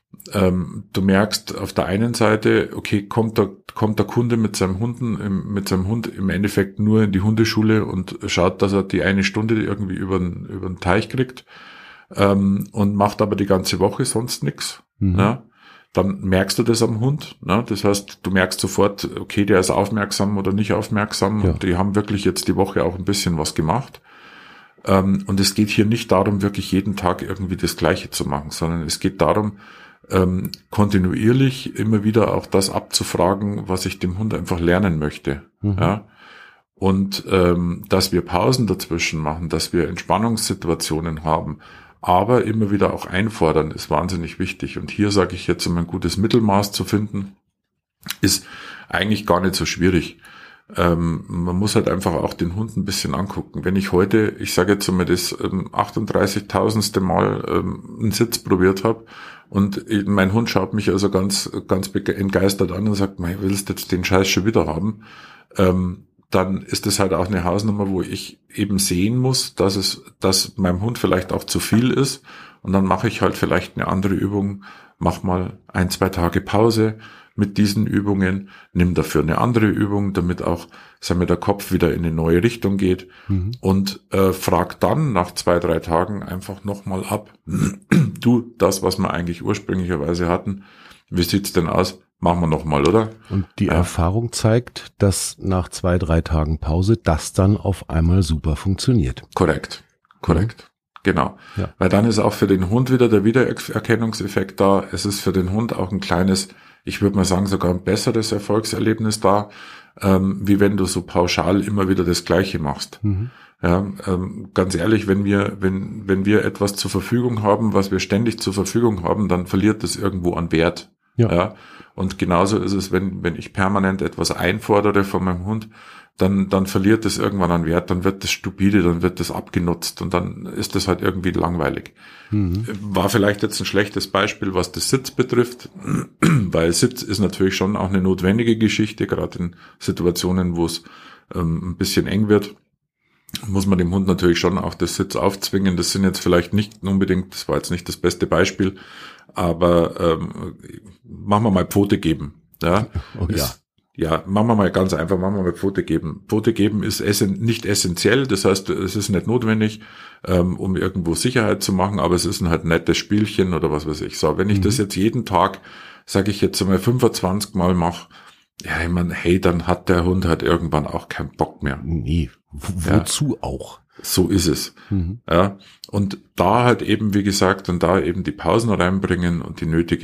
Speaker 2: du merkst auf der einen Seite, okay, kommt der Kunde mit seinem Hund im Endeffekt nur in die Hundeschule und schaut, dass er die eine Stunde irgendwie über den Teich kriegt und macht aber die ganze Woche sonst nichts. Ja? Dann merkst du das am Hund. Ne? Das heißt, du merkst sofort, okay, der ist aufmerksam oder nicht aufmerksam. Ja. Und die haben wirklich jetzt die Woche auch ein bisschen was gemacht. Und es geht hier nicht darum, wirklich jeden Tag irgendwie das Gleiche zu machen, sondern es geht darum, kontinuierlich immer wieder auch das abzufragen, was ich dem Hund einfach lernen möchte. Ja. Und dass wir Pausen dazwischen machen, dass wir Entspannungssituationen haben, aber immer wieder auch einfordern, ist wahnsinnig wichtig. Und hier sage ich jetzt, um ein gutes Mittelmaß zu finden, ist eigentlich gar nicht so schwierig. Man muss halt einfach auch den Hund ein bisschen angucken. Wenn ich heute, ich sage jetzt mal das 38.000. Mal einen Sitz probiert habe und mein Hund schaut mich also ganz entgeistert an und sagt, mein, willst du jetzt den Scheiß schon wieder haben? Dann ist das halt auch eine Hausnummer, wo ich eben sehen muss, dass meinem Hund vielleicht auch zu viel ist. Und dann mache ich halt vielleicht eine andere Übung, mach mal 1-2 Tage Pause mit diesen Übungen, nimm dafür eine andere Übung, damit auch, sagen wir, der Kopf wieder in eine neue Richtung geht und frag dann nach 2-3 Tagen einfach nochmal ab, du, das, was wir eigentlich ursprünglicherweise hatten, wie sieht's denn aus? Machen wir nochmal, oder?
Speaker 1: Und die Erfahrung zeigt, dass nach 2-3 Tagen Pause das dann auf einmal super funktioniert.
Speaker 2: Korrekt. Genau. Ja. Weil dann ist auch für den Hund wieder der Wiedererkennungseffekt da. Es ist für den Hund auch ein kleines, ich würde mal sagen, sogar ein besseres Erfolgserlebnis da, wie wenn du so pauschal immer wieder das Gleiche machst. Ja, ganz ehrlich, wenn wir etwas zur Verfügung haben, was wir ständig zur Verfügung haben, dann verliert das irgendwo an Wert. Ja. Und genauso ist es, wenn ich permanent etwas einfordere von meinem Hund, dann verliert es irgendwann an Wert, dann wird das stupide, dann wird das abgenutzt und dann ist das halt irgendwie langweilig. War vielleicht jetzt ein schlechtes Beispiel, was das Sitz betrifft, weil Sitz ist natürlich schon auch eine notwendige Geschichte, gerade in Situationen, wo es ein bisschen eng wird, muss man dem Hund natürlich schon auch das Sitz aufzwingen. Das sind jetzt vielleicht nicht unbedingt, das war jetzt nicht das beste Beispiel, aber machen wir mal Pfote geben. Ja, machen wir mal ganz einfach, machen wir mal Pfote geben. Pfote geben ist nicht essentiell, das heißt, es ist nicht notwendig, um irgendwo Sicherheit zu machen, aber es ist ein halt nettes Spielchen oder was weiß ich. So, wenn ich das jetzt jeden Tag, sage ich jetzt mal 25 Mal mache, ja, ich meine, hey, dann hat der Hund halt irgendwann auch keinen Bock mehr.
Speaker 1: Nee, wozu auch?
Speaker 2: So ist es. Ja, und da halt eben, wie gesagt, und da eben die Pausen reinbringen und die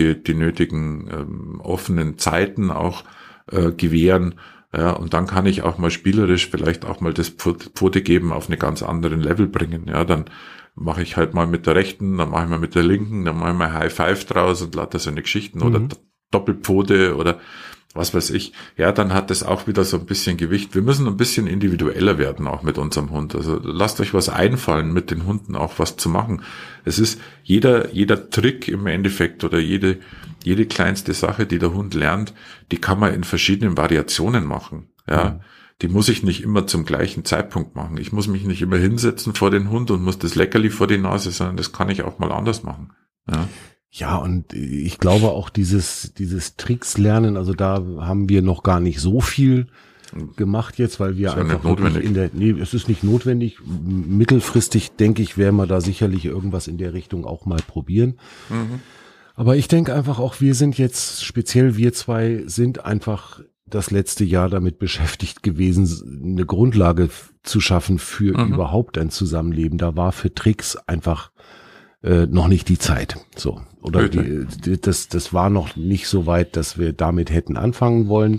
Speaker 2: nötigen offenen Zeiten auch gewähren. Ja, und dann kann ich auch mal spielerisch vielleicht auch mal das Pfote geben auf eine ganz anderen Level bringen. Ja, dann mache ich halt mal mit der rechten, dann mache ich mal mit der linken, dann mache ich mal High Five draus und lauter so eine Geschichten oder Doppelpfote oder was weiß ich, ja, dann hat das auch wieder so ein bisschen Gewicht. Wir müssen ein bisschen individueller werden, auch mit unserem Hund. Also lasst euch was einfallen, mit den Hunden auch was zu machen. Es ist jeder Trick im Endeffekt oder jede kleinste Sache, die der Hund lernt, die kann man in verschiedenen Variationen machen. Ja, die muss ich nicht immer zum gleichen Zeitpunkt machen. Ich muss mich nicht immer hinsetzen vor den Hund und muss das Leckerli vor die Nase, sondern das kann ich auch mal anders machen. Ja.
Speaker 1: Ja, und ich glaube auch dieses Tricks lernen, also da haben wir noch gar nicht so viel gemacht jetzt, weil wir einfach es ist nicht notwendig. Mittelfristig, denke ich, werden wir da sicherlich irgendwas in der Richtung auch mal probieren. Aber ich denke einfach auch, wir sind jetzt, speziell wir zwei, sind einfach das letzte Jahr damit beschäftigt gewesen, eine Grundlage zu schaffen für überhaupt ein Zusammenleben. Da war für Tricks einfach noch nicht die Zeit. So. Oder das war noch nicht so weit, dass wir damit hätten anfangen wollen.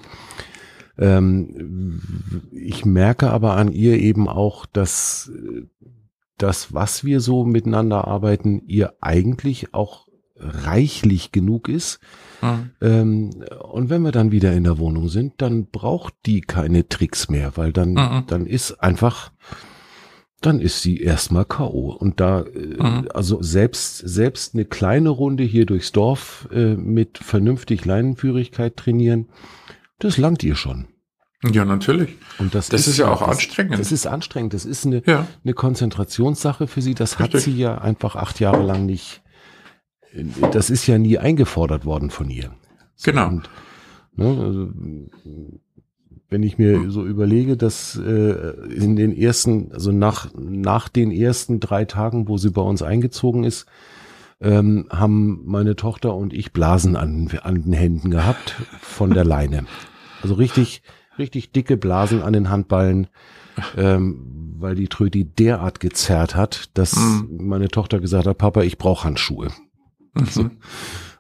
Speaker 1: Ich merke aber an ihr eben auch, dass das, was wir so miteinander arbeiten, ihr eigentlich auch reichlich genug ist. Und wenn wir dann wieder in der Wohnung sind, dann braucht die keine Tricks mehr, weil dann ist einfach, dann ist sie erstmal K.O. Und da, also selbst eine kleine Runde hier durchs Dorf mit vernünftig Leinenführigkeit trainieren, das langt ihr schon.
Speaker 2: Ja, natürlich.
Speaker 1: Und das
Speaker 2: ist ja auch anstrengend.
Speaker 1: Das ist anstrengend. Das ist eine Konzentrationssache für sie. Das hat sie ja einfach 8 Jahre lang nicht. Das ist ja nie eingefordert worden von ihr.
Speaker 2: Genau.
Speaker 1: Und, ne, also, wenn ich mir so überlege, dass in den ersten, also nach den ersten 3 Tagen, wo sie bei uns eingezogen ist, haben meine Tochter und ich Blasen an den Händen gehabt von der Leine. Also richtig dicke Blasen an den Handballen, weil die Tröti derart gezerrt hat, dass meine Tochter gesagt hat, Papa, ich brauche Handschuhe. So.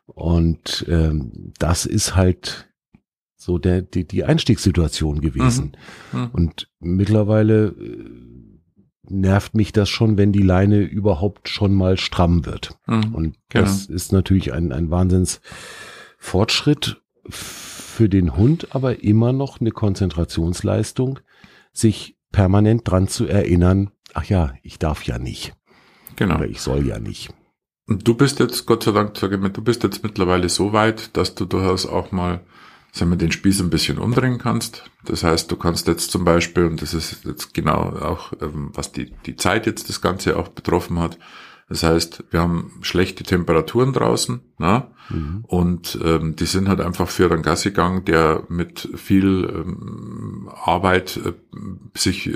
Speaker 1: Und das ist halt so die Einstiegssituation gewesen.
Speaker 2: Mhm.
Speaker 1: Und mittlerweile nervt mich das schon, wenn die Leine überhaupt schon mal stramm wird. Und das ist natürlich ein Wahnsinnsfortschritt für den Hund, aber immer noch eine Konzentrationsleistung, sich permanent dran zu erinnern, ach ja, ich darf ja nicht.
Speaker 2: Genau.
Speaker 1: Oder ich soll ja nicht.
Speaker 2: Und du bist jetzt, Gott sei Dank, sage ich mal, du bist jetzt mittlerweile so weit, dass du durchaus auch mal, sagen wir, den Spieß ein bisschen umdrehen kannst. Das heißt, du kannst jetzt zum Beispiel, und das ist jetzt genau auch, was die Zeit jetzt das Ganze auch betroffen hat. Das heißt, wir haben schlechte Temperaturen draußen, ne? Und die sind halt einfach für einen Gassigang, der mit viel Arbeit sich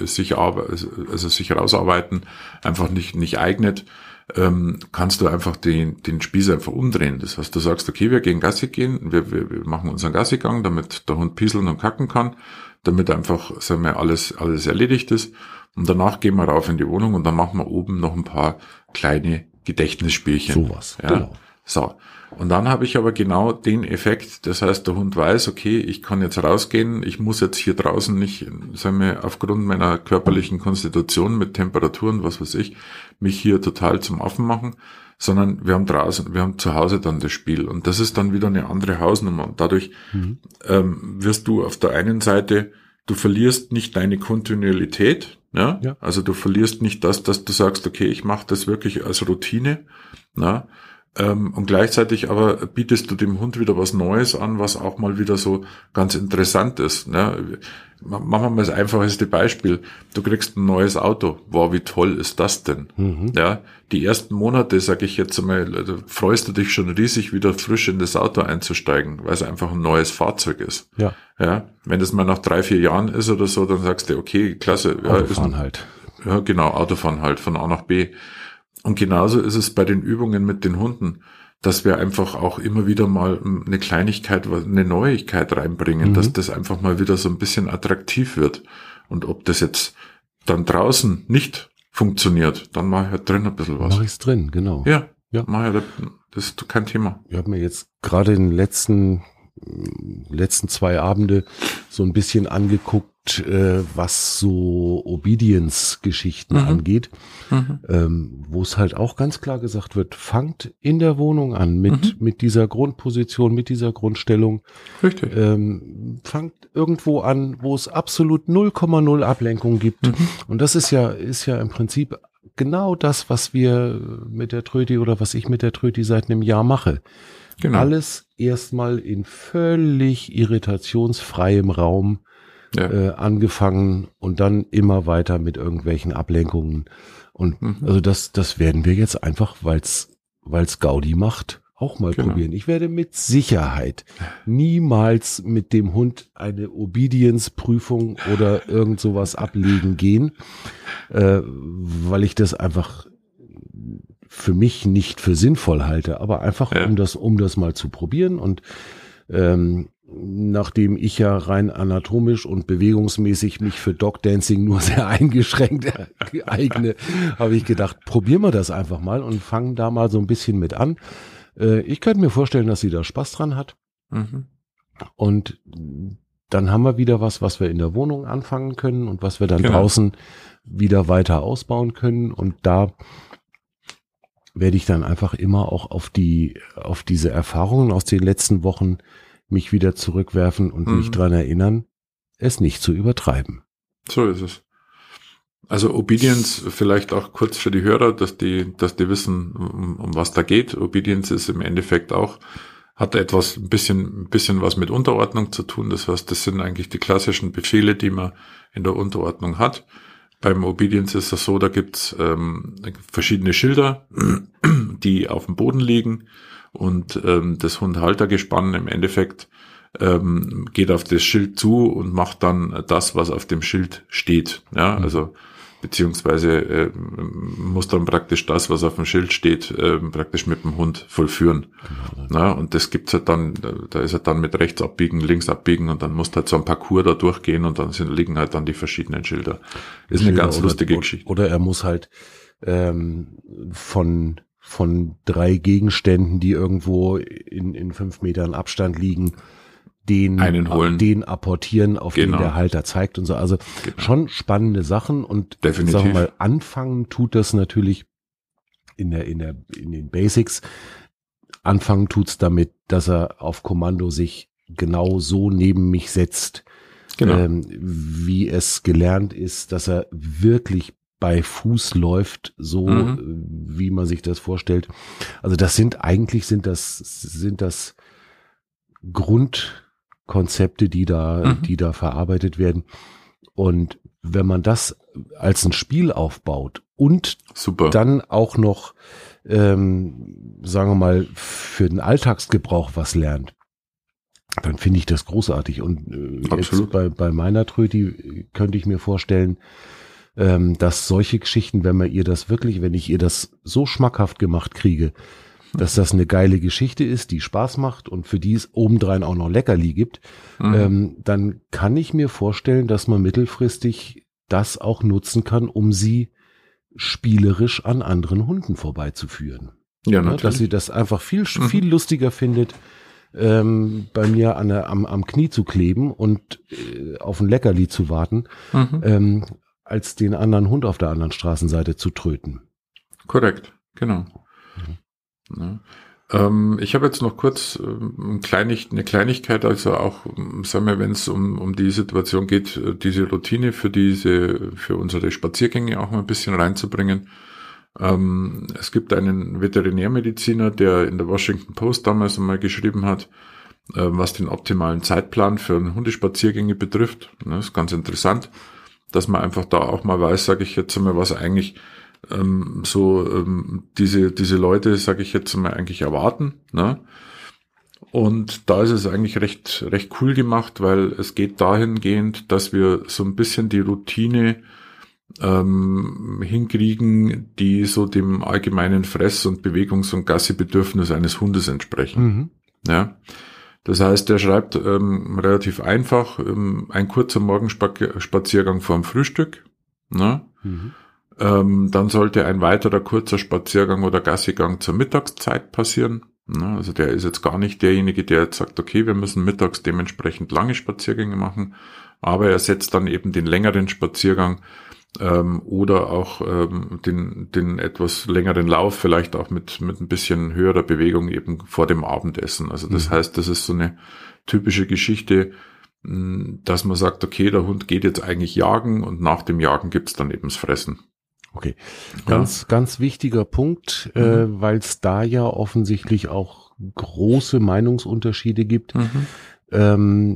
Speaker 2: rausarbeiten einfach nicht eignet. Kannst du einfach den Spieß einfach umdrehen. Das heißt, du sagst, okay, wir gehen Gassi gehen, wir machen unseren Gassigang, damit der Hund pieseln und kacken kann, damit einfach, sagen wir, alles erledigt ist. Und danach gehen wir rauf in die Wohnung und dann machen wir oben noch ein paar kleine Gedächtnisspielchen.
Speaker 1: Sowas,
Speaker 2: ja.
Speaker 1: Genau.
Speaker 2: So. Und dann habe ich aber genau den Effekt, das heißt, der Hund weiß, okay, ich kann jetzt rausgehen, ich muss jetzt hier draußen nicht, sagen wir, aufgrund meiner körperlichen Konstitution mit Temperaturen, was weiß ich, mich hier total zum Affen machen, sondern wir haben zu Hause dann das Spiel. Und das ist dann wieder eine andere Hausnummer. Und dadurch wirst du auf der einen Seite, du verlierst nicht deine Kontinuität, ja? Also du verlierst nicht das, dass du sagst, okay, ich mache das wirklich als Routine, na? Und gleichzeitig aber bietest du dem Hund wieder was Neues an, was auch mal wieder so ganz interessant ist. Ne? Machen wir mal das einfachste Beispiel. Du kriegst ein neues Auto. Wow, wie toll ist das denn? Ja, die ersten Monate, sage ich jetzt einmal, freust du dich schon riesig, wieder frisch in das Auto einzusteigen, weil es einfach ein neues Fahrzeug ist.
Speaker 1: Ja.
Speaker 2: Ja, wenn das mal nach 3-4 Jahren ist oder so, dann sagst du, okay, klasse.
Speaker 1: Autofahren halt.
Speaker 2: Ja, genau, Autofahren halt von A nach B. Und genauso ist es bei den Übungen mit den Hunden, dass wir einfach auch immer wieder mal eine Kleinigkeit, eine Neuigkeit reinbringen, dass das einfach mal wieder so ein bisschen attraktiv wird. Und ob das jetzt dann draußen nicht funktioniert, dann mache ich halt drin ein bisschen was.
Speaker 1: Mach ich's drin, genau.
Speaker 2: Ja. Mach ich, das ist kein Thema.
Speaker 1: Ich habe mir jetzt gerade in den letzten 2 Abende so ein bisschen angeguckt, was so Obedience-Geschichten angeht, wo es halt auch ganz klar gesagt wird, fangt in der Wohnung an mit dieser Grundposition, mit dieser Grundstellung.
Speaker 2: Richtig.
Speaker 1: Fangt irgendwo an, wo es absolut 0,0 Ablenkung gibt. Und das ist ja im Prinzip genau das, was wir mit der Tröti oder was ich mit der Tröti seit einem Jahr mache. Genau. Alles erstmal in völlig irritationsfreiem Raum angefangen und dann immer weiter mit irgendwelchen Ablenkungen. Und also das werden wir jetzt einfach, weil's Gaudi macht, auch mal probieren. Ich werde mit Sicherheit niemals mit dem Hund eine Obedience-Prüfung oder irgend sowas ablegen gehen, weil ich das einfach für mich nicht für sinnvoll halte, aber einfach um das mal zu probieren. Und nachdem ich ja rein anatomisch und bewegungsmäßig mich für Dogdancing nur sehr eingeschränkt eigne, habe ich gedacht, probieren wir das einfach mal und fangen da mal so ein bisschen mit an. Ich könnte mir vorstellen, dass sie da Spaß dran hat. Und dann haben wir wieder was wir in der Wohnung anfangen können und was wir dann draußen wieder weiter ausbauen können. Und da werde ich dann einfach immer auch auf diese Erfahrungen aus den letzten Wochen mich wieder zurückwerfen und mich dran erinnern, es nicht zu übertreiben.
Speaker 2: So ist es. Also Obedience vielleicht auch kurz für die Hörer, dass die wissen, um was da geht. Obedience ist im Endeffekt auch, hat etwas, ein bisschen was mit Unterordnung zu tun. Das heißt, das sind eigentlich die klassischen Befehle, die man in der Unterordnung hat. Beim Obedience ist das so, da gibt's verschiedene Schilder, die auf dem Boden liegen und das Hundhaltergespann im Endeffekt geht auf das Schild zu und macht dann das, was auf dem Schild steht. Ja, also beziehungsweise muss dann praktisch das, was auf dem Schild steht, praktisch mit dem Hund vollführen. Genau. Na, und das gibt's halt dann, da ist er dann mit rechts abbiegen, links abbiegen und dann muss halt so ein Parcours da durchgehen und dann liegen halt dann die verschiedenen Schilder. Ist eine ganz lustige Geschichte.
Speaker 1: Oder er muss halt von von 3 Gegenständen, die irgendwo in 5 Metern Abstand liegen, den apportieren, auf den der Halter zeigt und so. Also schon spannende Sachen und
Speaker 2: definitiv.
Speaker 1: Sagen wir mal, anfangen tut das natürlich in den Basics. Anfangen tut's damit, dass er auf Kommando sich genau so neben mich setzt, wie es gelernt ist, dass er wirklich bei Fuß läuft, so wie man sich das vorstellt. Also das sind Grundkonzepte, die da verarbeitet werden. Und wenn man das als ein Spiel aufbaut und dann auch noch, sagen wir mal, für den Alltagsgebrauch was lernt, dann finde ich das großartig. Und jetzt bei meiner Tröti könnte ich mir vorstellen, dass solche Geschichten, wenn ich ihr das so schmackhaft gemacht kriege, dass das eine geile Geschichte ist, die Spaß macht und für die es obendrein auch noch Leckerli gibt, dann kann ich mir vorstellen, dass man mittelfristig das auch nutzen kann, um sie spielerisch an anderen Hunden vorbeizuführen. Ja, natürlich. Dass sie das einfach viel lustiger findet, bei mir am Knie zu kleben und auf ein Leckerli zu warten, als den anderen Hund auf der anderen Straßenseite zu tröten.
Speaker 2: Korrekt, genau. Ja. Ich habe jetzt noch kurz eine Kleinigkeit, also auch, sagen wir, wenn es um die Situation geht, diese Routine für unsere Spaziergänge auch mal ein bisschen reinzubringen. Es gibt einen Veterinärmediziner, der in der Washington Post damals einmal geschrieben hat, was den optimalen Zeitplan für Hundespaziergänge betrifft. Das ist ganz interessant, dass man einfach da auch mal weiß, sage ich jetzt einmal, was eigentlich diese Leute, sage ich jetzt mal, eigentlich erwarten. Ne? Und da ist es eigentlich recht cool gemacht, weil es geht dahingehend, dass wir so ein bisschen die Routine hinkriegen, die so dem allgemeinen Fress- und Bewegungs- und Gassi-Bedürfnis eines Hundes entsprechen. Ja. Das heißt, der schreibt relativ einfach, ein kurzer Morgenspaziergang vor dem Frühstück. Ne? Dann sollte ein weiterer kurzer Spaziergang oder Gassigang zur Mittagszeit passieren. Ne? Also der ist jetzt gar nicht derjenige, der jetzt sagt, okay, wir müssen mittags dementsprechend lange Spaziergänge machen, aber er setzt dann eben den längeren Spaziergang oder auch den etwas längeren Lauf, vielleicht auch mit ein bisschen höherer Bewegung eben vor dem Abendessen. Also das heißt, das ist so eine typische Geschichte, dass man sagt, okay, der Hund geht jetzt eigentlich jagen und nach dem Jagen gibt's dann eben das Fressen.
Speaker 1: Okay, ganz wichtiger Punkt, weil es da ja offensichtlich auch große Meinungsunterschiede gibt. Bei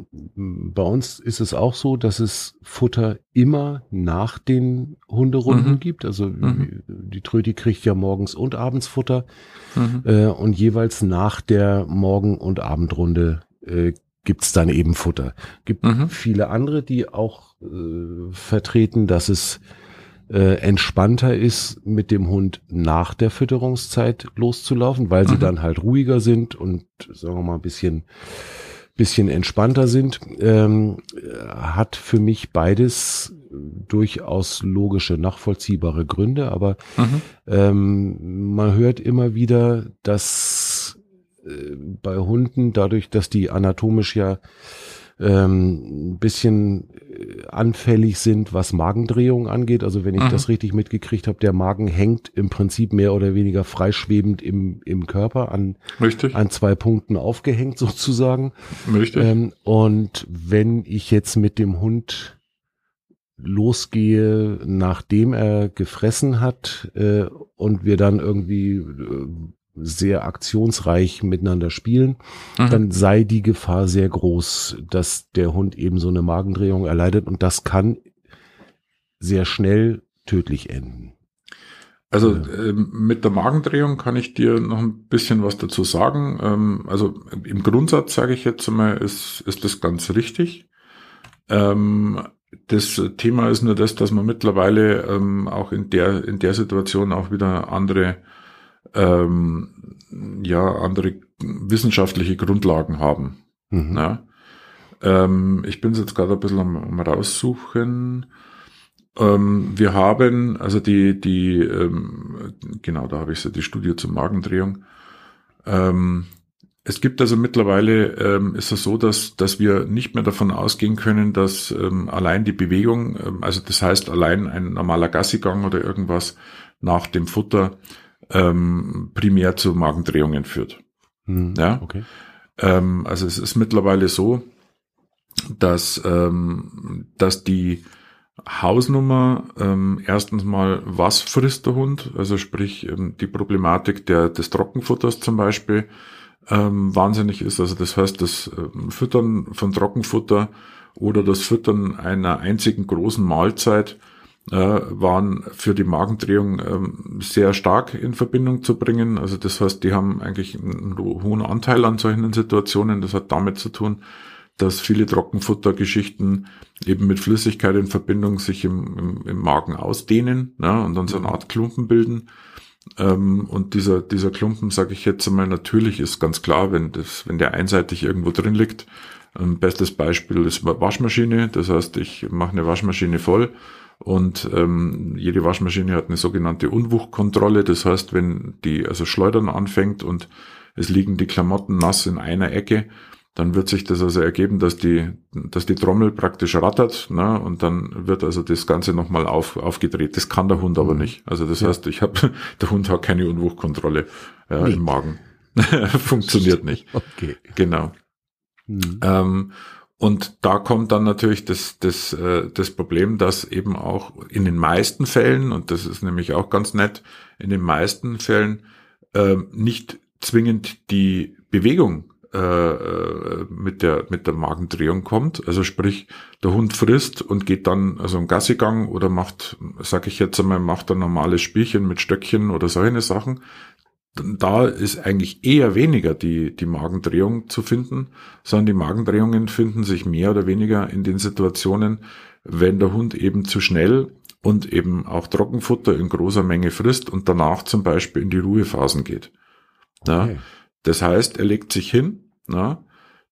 Speaker 1: uns ist es auch so, dass es Futter immer nach den Hunderunden gibt. Also die Tröti kriegt ja morgens und abends Futter und jeweils nach der Morgen- und Abendrunde gibt's dann eben Futter. Gibt viele andere, die auch vertreten, dass es entspannter ist, mit dem Hund nach der Fütterungszeit loszulaufen, weil sie dann halt ruhiger sind und, sagen wir mal, ein bisschen entspannter sind. Hat für mich beides durchaus logische, nachvollziehbare Gründe, aber man hört immer wieder, dass bei Hunden, dadurch, dass die anatomisch ja ein bisschen anfällig sind, was Magendrehung angeht. Also wenn ich das richtig mitgekriegt habe, der Magen hängt im Prinzip mehr oder weniger freischwebend im Körper an 2 Punkten aufgehängt sozusagen.
Speaker 2: Richtig.
Speaker 1: Und wenn ich jetzt mit dem Hund losgehe, nachdem er gefressen hat und wir dann irgendwie sehr aktionsreich miteinander spielen, dann sei die Gefahr sehr groß, dass der Hund eben so eine Magendrehung erleidet und das kann sehr schnell tödlich enden.
Speaker 2: Also mit der Magendrehung kann ich dir noch ein bisschen was dazu sagen. Also im Grundsatz sage ich jetzt mal, ist das ganz richtig. Das Thema ist nur das, dass man mittlerweile auch in der Situation auch wieder andere wissenschaftliche Grundlagen haben. Ja? Ich bin jetzt gerade ein bisschen am raussuchen. Wir haben, also genau, da habe ich so die Studie zur Magendrehung. Es gibt also mittlerweile, ist es so, dass wir nicht mehr davon ausgehen können, dass allein die Bewegung, also das heißt allein ein normaler Gassigang oder irgendwas nach dem Futter primär zu Magendrehungen führt. Ja,
Speaker 1: okay.
Speaker 2: Also es ist mittlerweile so, dass die Hausnummer erstens mal, was frisst der Hund, also sprich die Problematik des Trockenfutters zum Beispiel wahnsinnig ist. Also das heißt, das Füttern von Trockenfutter oder das Füttern einer einzigen großen Mahlzeit waren für die Magendrehung sehr stark in Verbindung zu bringen. Also das heißt, die haben eigentlich einen hohen Anteil an solchen Situationen. Das hat damit zu tun, dass viele Trockenfuttergeschichten eben mit Flüssigkeit in Verbindung sich im Magen ausdehnen, ja, und dann so eine Art Klumpen bilden. Und dieser Klumpen, sage ich jetzt einmal, natürlich ist ganz klar, wenn der einseitig irgendwo drin liegt. Bestes Beispiel ist Waschmaschine. Das heißt, ich mache eine Waschmaschine voll und jede Waschmaschine hat eine sogenannte Unwuchtkontrolle. Das heißt, wenn die also schleudern anfängt und es liegen die Klamotten nass in einer Ecke, dann wird sich das also ergeben, dass die Trommel praktisch rattert, ne, und dann wird also das Ganze nochmal aufgedreht. Das kann der Hund aber nicht. Also das heißt, der Hund hat keine Unwuchtkontrolle im Magen. Funktioniert nicht.
Speaker 1: Okay.
Speaker 2: Genau. Und da kommt dann natürlich das Problem, dass eben auch in den meisten Fällen, und das ist nämlich auch ganz nett, in den meisten Fällen nicht zwingend die Bewegung mit der Magendrehung kommt. Also sprich, der Hund frisst und geht dann also einen Gassigang oder macht ein normales Spielchen mit Stöckchen oder solche Sachen. Da ist eigentlich eher weniger die Magendrehung zu finden, sondern die Magendrehungen finden sich mehr oder weniger in den Situationen, wenn der Hund eben zu schnell und eben auch Trockenfutter in großer Menge frisst und danach zum Beispiel in die Ruhephasen geht. Ja,
Speaker 1: Okay.
Speaker 2: das heißt, er legt sich hin, na,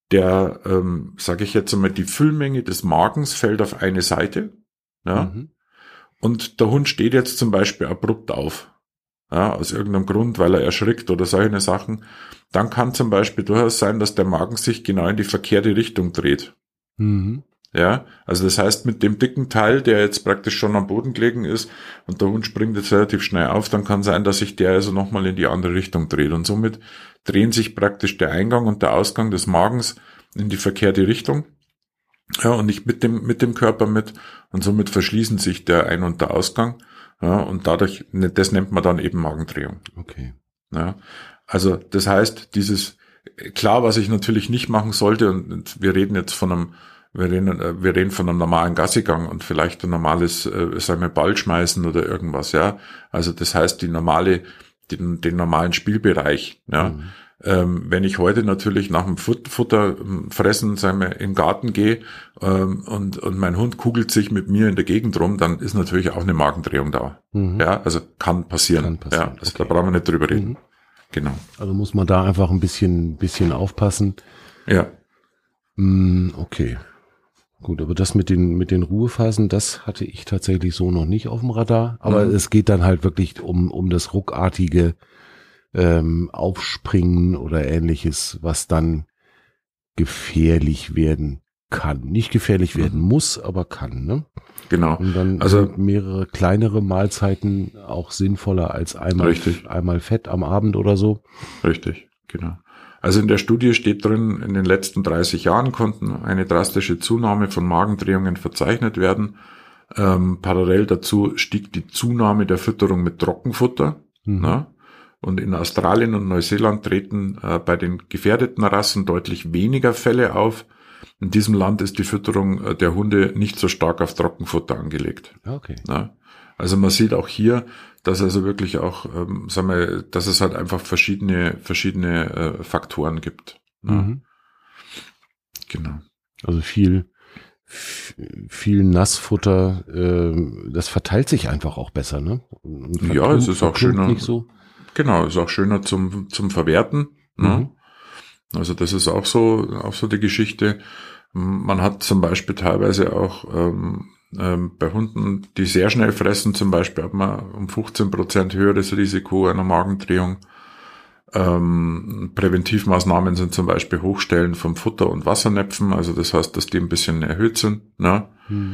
Speaker 2: sage ich jetzt einmal, die Füllmenge des Magens fällt auf eine Seite, ja, und der Hund steht jetzt zum Beispiel abrupt auf, ja, aus irgendeinem Grund, weil er erschrickt oder solche Sachen. Dann kann zum Beispiel durchaus sein, dass der Magen sich genau in die verkehrte Richtung dreht. Ja, also das heißt, mit dem dicken Teil, der jetzt praktisch schon am Boden gelegen ist und der Hund springt jetzt relativ schnell auf, dann kann sein, dass sich der also nochmal in die andere Richtung dreht und somit drehen sich praktisch der Eingang und der Ausgang des Magens in die verkehrte Richtung, ja, und nicht mit dem Körper mit, und somit verschließen sich der Ein- und der Ausgang, ja, und dadurch, das nennt man dann eben Magendrehung.
Speaker 1: Okay.
Speaker 2: Ja, also das heißt, klar, was ich natürlich nicht machen sollte, und wir reden jetzt von einem normalen Gassigang und vielleicht ein normales, sagen wir, Ball schmeißen oder irgendwas, ja. Also das heißt, den normalen Spielbereich, ja. Wenn ich heute natürlich nach dem Futter fressen, sagen wir, in den Garten gehe, und mein Hund kugelt sich mit mir in der Gegend rum, dann ist natürlich auch eine Magendrehung da. Ja, also kann passieren. Ja, also da brauchen wir nicht drüber reden. Genau.
Speaker 1: Also muss man da einfach ein bisschen aufpassen.
Speaker 2: Ja.
Speaker 1: Okay. Gut, aber das mit den Ruhephasen, das hatte ich tatsächlich so noch nicht auf dem Radar. Aber es geht dann halt wirklich um das ruckartige Aufspringen oder Ähnliches, was dann gefährlich werden kann. Nicht gefährlich werden muss, aber kann, ne?
Speaker 2: Genau.
Speaker 1: Und dann sind mehrere kleinere Mahlzeiten auch sinnvoller als einmal Fett am Abend oder so.
Speaker 2: Richtig, genau. Also in der Studie steht drin, in den letzten 30 Jahren konnten eine drastische Zunahme von Magendrehungen verzeichnet werden. Parallel dazu stieg die Zunahme der Fütterung mit Trockenfutter. Ne? Und in Australien und Neuseeland treten bei den gefährdeten Rassen deutlich weniger Fälle auf. In diesem Land ist die Fütterung der Hunde nicht so stark auf Trockenfutter angelegt.
Speaker 1: Okay.
Speaker 2: Ne? Also man sieht auch hier, dass also wirklich auch, dass es halt einfach verschiedene Faktoren gibt. Ne? Genau.
Speaker 1: Also viel Nassfutter, das verteilt sich einfach auch besser, ne?
Speaker 2: Ja, es ist auch schöner.
Speaker 1: Nicht so.
Speaker 2: Genau, ist auch schöner zum Verwerten. Ne? Also das ist auch so die Geschichte. Man hat zum Beispiel teilweise auch Bei Hunden, die sehr schnell fressen, zum Beispiel, hat man um 15% höheres Risiko einer Magendrehung. Präventivmaßnahmen sind zum Beispiel Hochstellen von Futter- und Wassernäpfen, also das heißt, dass die ein bisschen erhöht sind. Ne?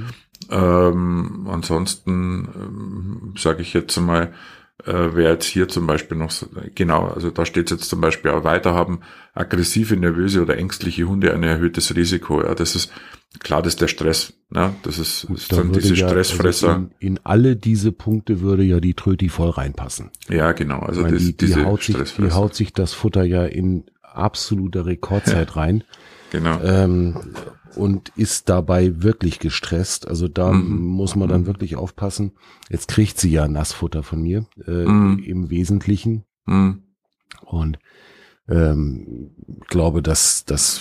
Speaker 2: Ansonsten sage ich jetzt mal, wer jetzt hier zum Beispiel noch, genau, also da steht jetzt zum Beispiel auch weiter, haben aggressive, nervöse oder ängstliche Hunde ein erhöhtes Risiko. Ja, das ist klar, das ist der Stress. Ne? Das sind diese Stressfresser.
Speaker 1: Also in alle diese Punkte würde ja die Tröti voll reinpassen.
Speaker 2: Ja, genau. Also
Speaker 1: die haut sich das Futter ja in absoluter Rekordzeit rein.
Speaker 2: Genau.
Speaker 1: Und ist dabei wirklich gestresst. Also da muss man dann wirklich aufpassen. Jetzt kriegt sie ja Nassfutter von mir, im Wesentlichen. Und glaube, dass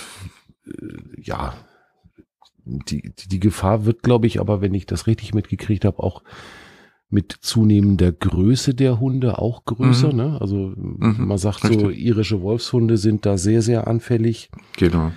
Speaker 1: die Gefahr wird, glaube ich, aber wenn ich das richtig mitgekriegt habe, auch mit zunehmender Größe der Hunde auch größer. Ne? Also man sagt richtig. So, irische Wolfshunde sind da sehr, sehr anfällig.
Speaker 2: Genau.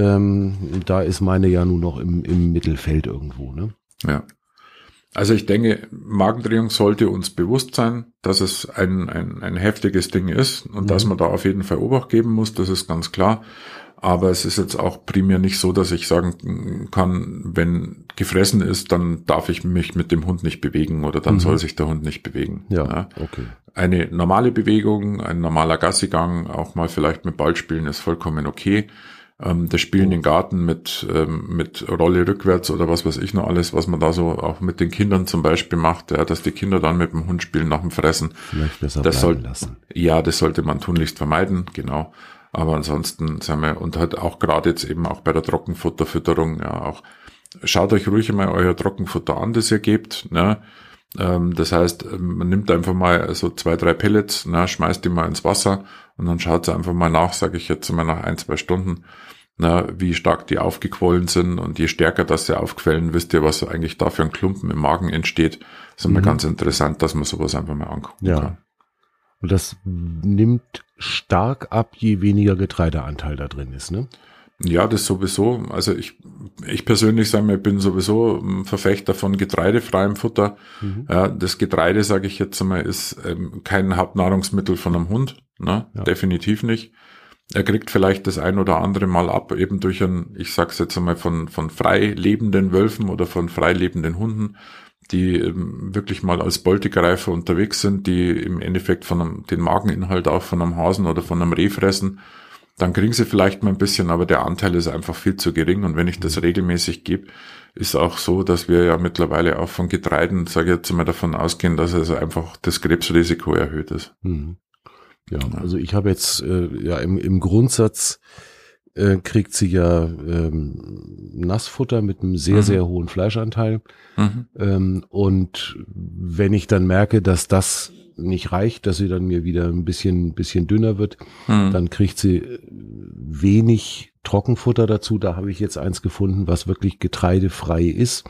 Speaker 1: Da ist meine ja nun noch im Mittelfeld irgendwo. Ne?
Speaker 2: Ja. Also ich denke, Magendrehung sollte uns bewusst sein, dass es ein heftiges Ding ist und dass man da auf jeden Fall Obacht geben muss, das ist ganz klar. Aber es ist jetzt auch primär nicht so, dass ich sagen kann, wenn gefressen ist, dann darf ich mich mit dem Hund nicht bewegen oder dann soll sich der Hund nicht bewegen.
Speaker 1: Ja, okay.
Speaker 2: Eine normale Bewegung, ein normaler Gassigang, auch mal vielleicht mit Ball spielen, ist vollkommen okay. Das Spielen im Garten mit Rolle rückwärts oder was weiß ich noch alles, was man da so auch mit den Kindern zum Beispiel macht, ja, dass die Kinder dann mit dem Hund spielen nach dem Fressen.
Speaker 1: Vielleicht besser bleiben lassen.
Speaker 2: Ja, das sollte man tunlichst vermeiden, genau. Aber ansonsten, sagen wir, und halt auch gerade jetzt eben auch bei der Trockenfutterfütterung, ja, auch schaut euch ruhig mal euer Trockenfutter an, das ihr gebt, ne? Das heißt, man nimmt einfach mal so 2, 3 Pellets, ne, schmeißt die mal ins Wasser und dann schaut ihr einfach mal nach, sage ich jetzt mal nach 1, 2 Stunden, ne, wie stark die aufgequollen sind und je stärker das sie aufquellen, wisst ihr, was eigentlich da für ein Klumpen im Magen entsteht. Das ist immer ganz interessant, dass man sowas einfach mal angucken kann.
Speaker 1: Und das nimmt stark ab, je weniger Getreideanteil da drin ist, ne?
Speaker 2: Ja, das sowieso. Also ich persönlich sage mal, bin sowieso ein Verfechter von getreidefreiem Futter. Ja, das Getreide, sage ich jetzt einmal, ist kein Hauptnahrungsmittel von einem Hund, ne? Ja. Definitiv nicht. Er kriegt vielleicht das ein oder andere Mal ab, eben durch ich sag's jetzt einmal, von frei lebenden Wölfen oder von frei lebenden Hunden, die wirklich mal als Beutegreifer unterwegs sind, die im Endeffekt den Mageninhalt auch von einem Hasen oder von einem Reh fressen. Dann kriegen sie vielleicht mal ein bisschen, aber der Anteil ist einfach viel zu gering. Und wenn ich das regelmäßig gebe, ist auch so, dass wir ja mittlerweile auch von Getreiden, sage ich jetzt mal, davon ausgehen, dass also einfach das Krebsrisiko erhöht ist.
Speaker 1: Ja, also ich habe jetzt im Grundsatz kriegt sie ja Nassfutter mit einem sehr, sehr hohen Fleischanteil. Und wenn ich dann merke, dass das nicht reicht, dass sie dann mir wieder ein bisschen dünner wird, dann kriegt sie wenig Trockenfutter dazu. Da habe ich jetzt eins gefunden, was wirklich getreidefrei ist,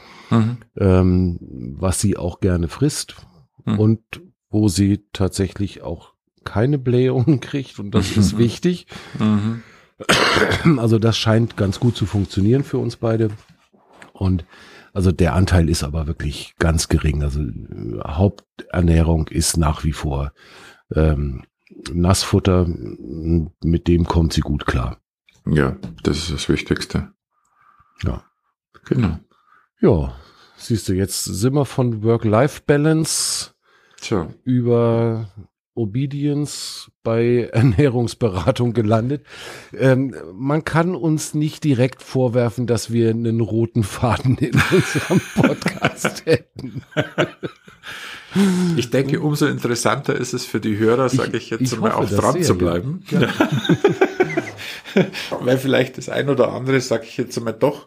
Speaker 1: was sie auch gerne frisst und wo sie tatsächlich auch keine Blähungen kriegt und das ist wichtig. Also das scheint ganz gut zu funktionieren für uns beide und also der Anteil ist aber wirklich ganz gering. Also Haupternährung ist nach wie vor Nassfutter. Mit dem kommt sie gut klar.
Speaker 2: Ja, das ist das Wichtigste.
Speaker 1: Ja.
Speaker 2: Genau.
Speaker 1: Ja, siehst du, jetzt sind wir von Work-Life-Balance über Obedience bei Ernährungsberatung gelandet. Man kann uns nicht direkt vorwerfen, dass wir einen roten Faden in unserem Podcast hätten.
Speaker 2: Ich denke, umso interessanter ist es für die Hörer, sage ich jetzt mal, auch dran zu bleiben. Ja. Weil vielleicht das ein oder andere, sage ich jetzt mal, doch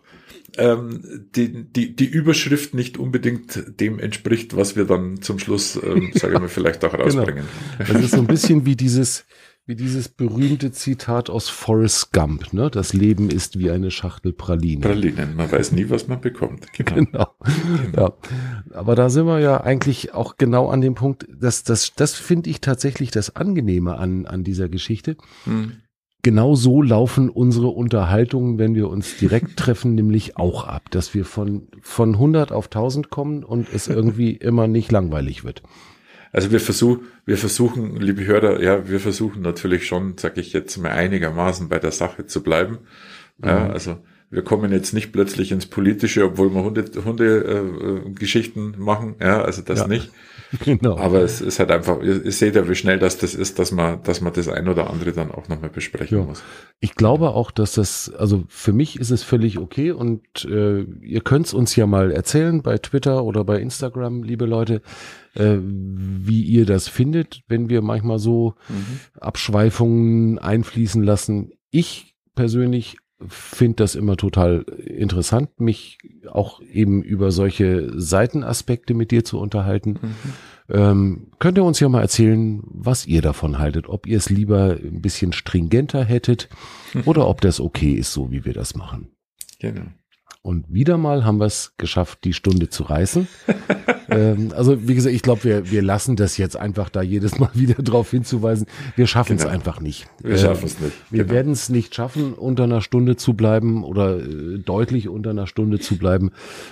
Speaker 2: die Überschrift nicht unbedingt dem entspricht, was wir dann zum Schluss, sage ich mal, vielleicht auch rausbringen.
Speaker 1: Genau. Das ist so ein bisschen wie dieses berühmte Zitat aus Forrest Gump, ne? Das Leben ist wie eine Schachtel Pralinen.
Speaker 2: Pralinen, man weiß nie, was man bekommt.
Speaker 1: Genau. Ja. Aber da sind wir ja eigentlich auch genau an dem Punkt, das finde ich tatsächlich das Angenehme an dieser Geschichte. genau so laufen unsere Unterhaltungen, wenn wir uns direkt treffen, nämlich auch ab, dass wir von 100 auf 1000 kommen und es irgendwie immer nicht langweilig wird.
Speaker 2: Also wir versuchen, liebe Hörer, ja, wir versuchen natürlich schon, sage ich jetzt mal, einigermaßen bei der Sache zu bleiben. Ja, also wir kommen jetzt nicht plötzlich ins Politische, obwohl wir Hunde-Geschichten machen, ja, also das nicht.
Speaker 1: Genau.
Speaker 2: Aber es ist halt einfach, ihr seht ja, wie schnell das ist, dass man das ein oder andere dann auch nochmal besprechen muss.
Speaker 1: Ich glaube auch, dass das, also für mich ist es völlig okay und ihr könnt es uns ja mal erzählen bei Twitter oder bei Instagram, liebe Leute, wie ihr das findet, wenn wir manchmal so Abschweifungen einfließen lassen. Ich persönlich finde das immer total interessant, mich auch eben über solche Seitenaspekte mit dir zu unterhalten. Könnt ihr uns ja mal erzählen, was ihr davon haltet, ob ihr es lieber ein bisschen stringenter hättet oder ob das okay ist, so wie wir das machen.
Speaker 2: Genau.
Speaker 1: Und wieder mal haben wir es geschafft, die Stunde zu reißen. Also wie gesagt, ich glaube, wir lassen das jetzt einfach da jedes Mal wieder drauf hinzuweisen. Wir schaffen es einfach nicht.
Speaker 2: Wir schaffen es nicht.
Speaker 1: Wir werden es nicht schaffen, unter einer Stunde zu bleiben oder deutlich unter einer Stunde zu bleiben.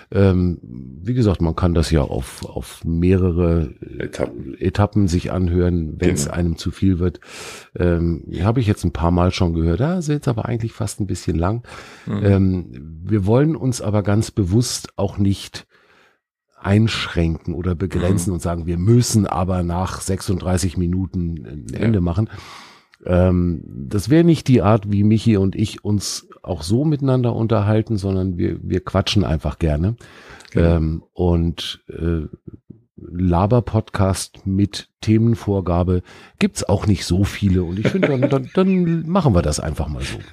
Speaker 1: Wie gesagt, man kann das ja auf mehrere Etappen sich anhören, wenn es einem zu viel wird. Habe ich jetzt ein paar Mal schon gehört. Da ist jetzt aber eigentlich fast ein bisschen lang. Wir wollen uns aber ganz bewusst auch nicht einschränken oder begrenzen und sagen, wir müssen aber nach 36 Minuten ein Ende machen. Das wäre nicht die Art, wie Michi und ich uns auch so miteinander unterhalten, sondern wir quatschen einfach gerne. Und Laber-Podcast mit Themenvorgabe gibt's auch nicht so viele. Und ich finde, dann machen wir das einfach mal so.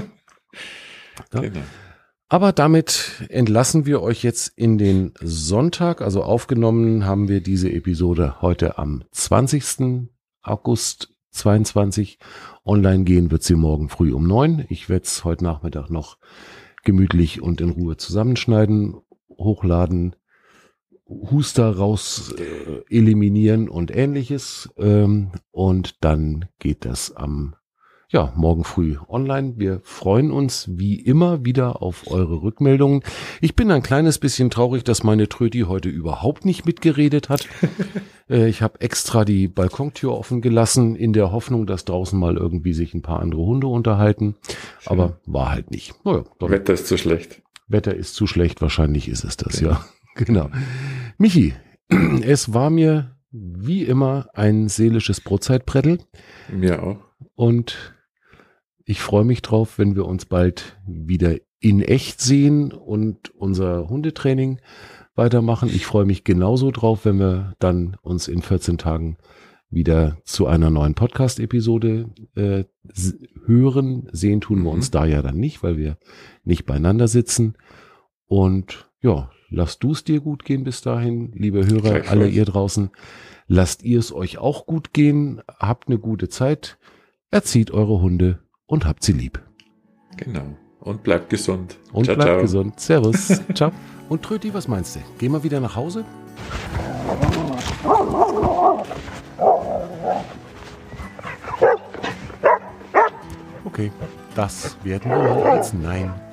Speaker 1: Ja? Genau. Aber damit entlassen wir euch jetzt in den Sonntag. Also aufgenommen haben wir diese Episode heute am 20. August 22. Online gehen wird sie morgen früh um 9. Ich werde es heute Nachmittag noch gemütlich und in Ruhe zusammenschneiden, hochladen, Huster raus eliminieren und ähnliches. Und dann geht das morgen früh online. Wir freuen uns wie immer wieder auf eure Rückmeldungen. Ich bin ein kleines bisschen traurig, dass meine Tröti heute überhaupt nicht mitgeredet hat. Ich habe extra die Balkontür offen gelassen, in der Hoffnung, dass draußen mal irgendwie sich ein paar andere Hunde unterhalten. Schön. Aber war halt nicht. Naja,
Speaker 2: Wetter ist zu schlecht.
Speaker 1: Wetter ist zu schlecht, wahrscheinlich ist es das, ja. Genau. Michi, es war mir wie immer ein seelisches Brotzeitbrettel.
Speaker 2: Mir auch.
Speaker 1: Und ich freue mich drauf, wenn wir uns bald wieder in echt sehen und unser Hundetraining weitermachen. Ich freue mich genauso drauf, wenn wir dann uns in 14 Tagen wieder zu einer neuen Podcast-Episode hören. Sehen tun wir uns da ja dann nicht, weil wir nicht beieinander sitzen. Und ja, lasst du es dir gut gehen bis dahin, liebe Hörer, alle ihr draußen. Lasst ihr es euch auch gut gehen. Habt eine gute Zeit. Erzieht eure Hunde. Und habt sie lieb.
Speaker 2: Genau. Und bleibt gesund.
Speaker 1: Und ciao, bleibt gesund. Servus. Ciao. Und Tröti, was meinst du? Gehen wir wieder nach Hause? Okay, das werden wir mal als Nein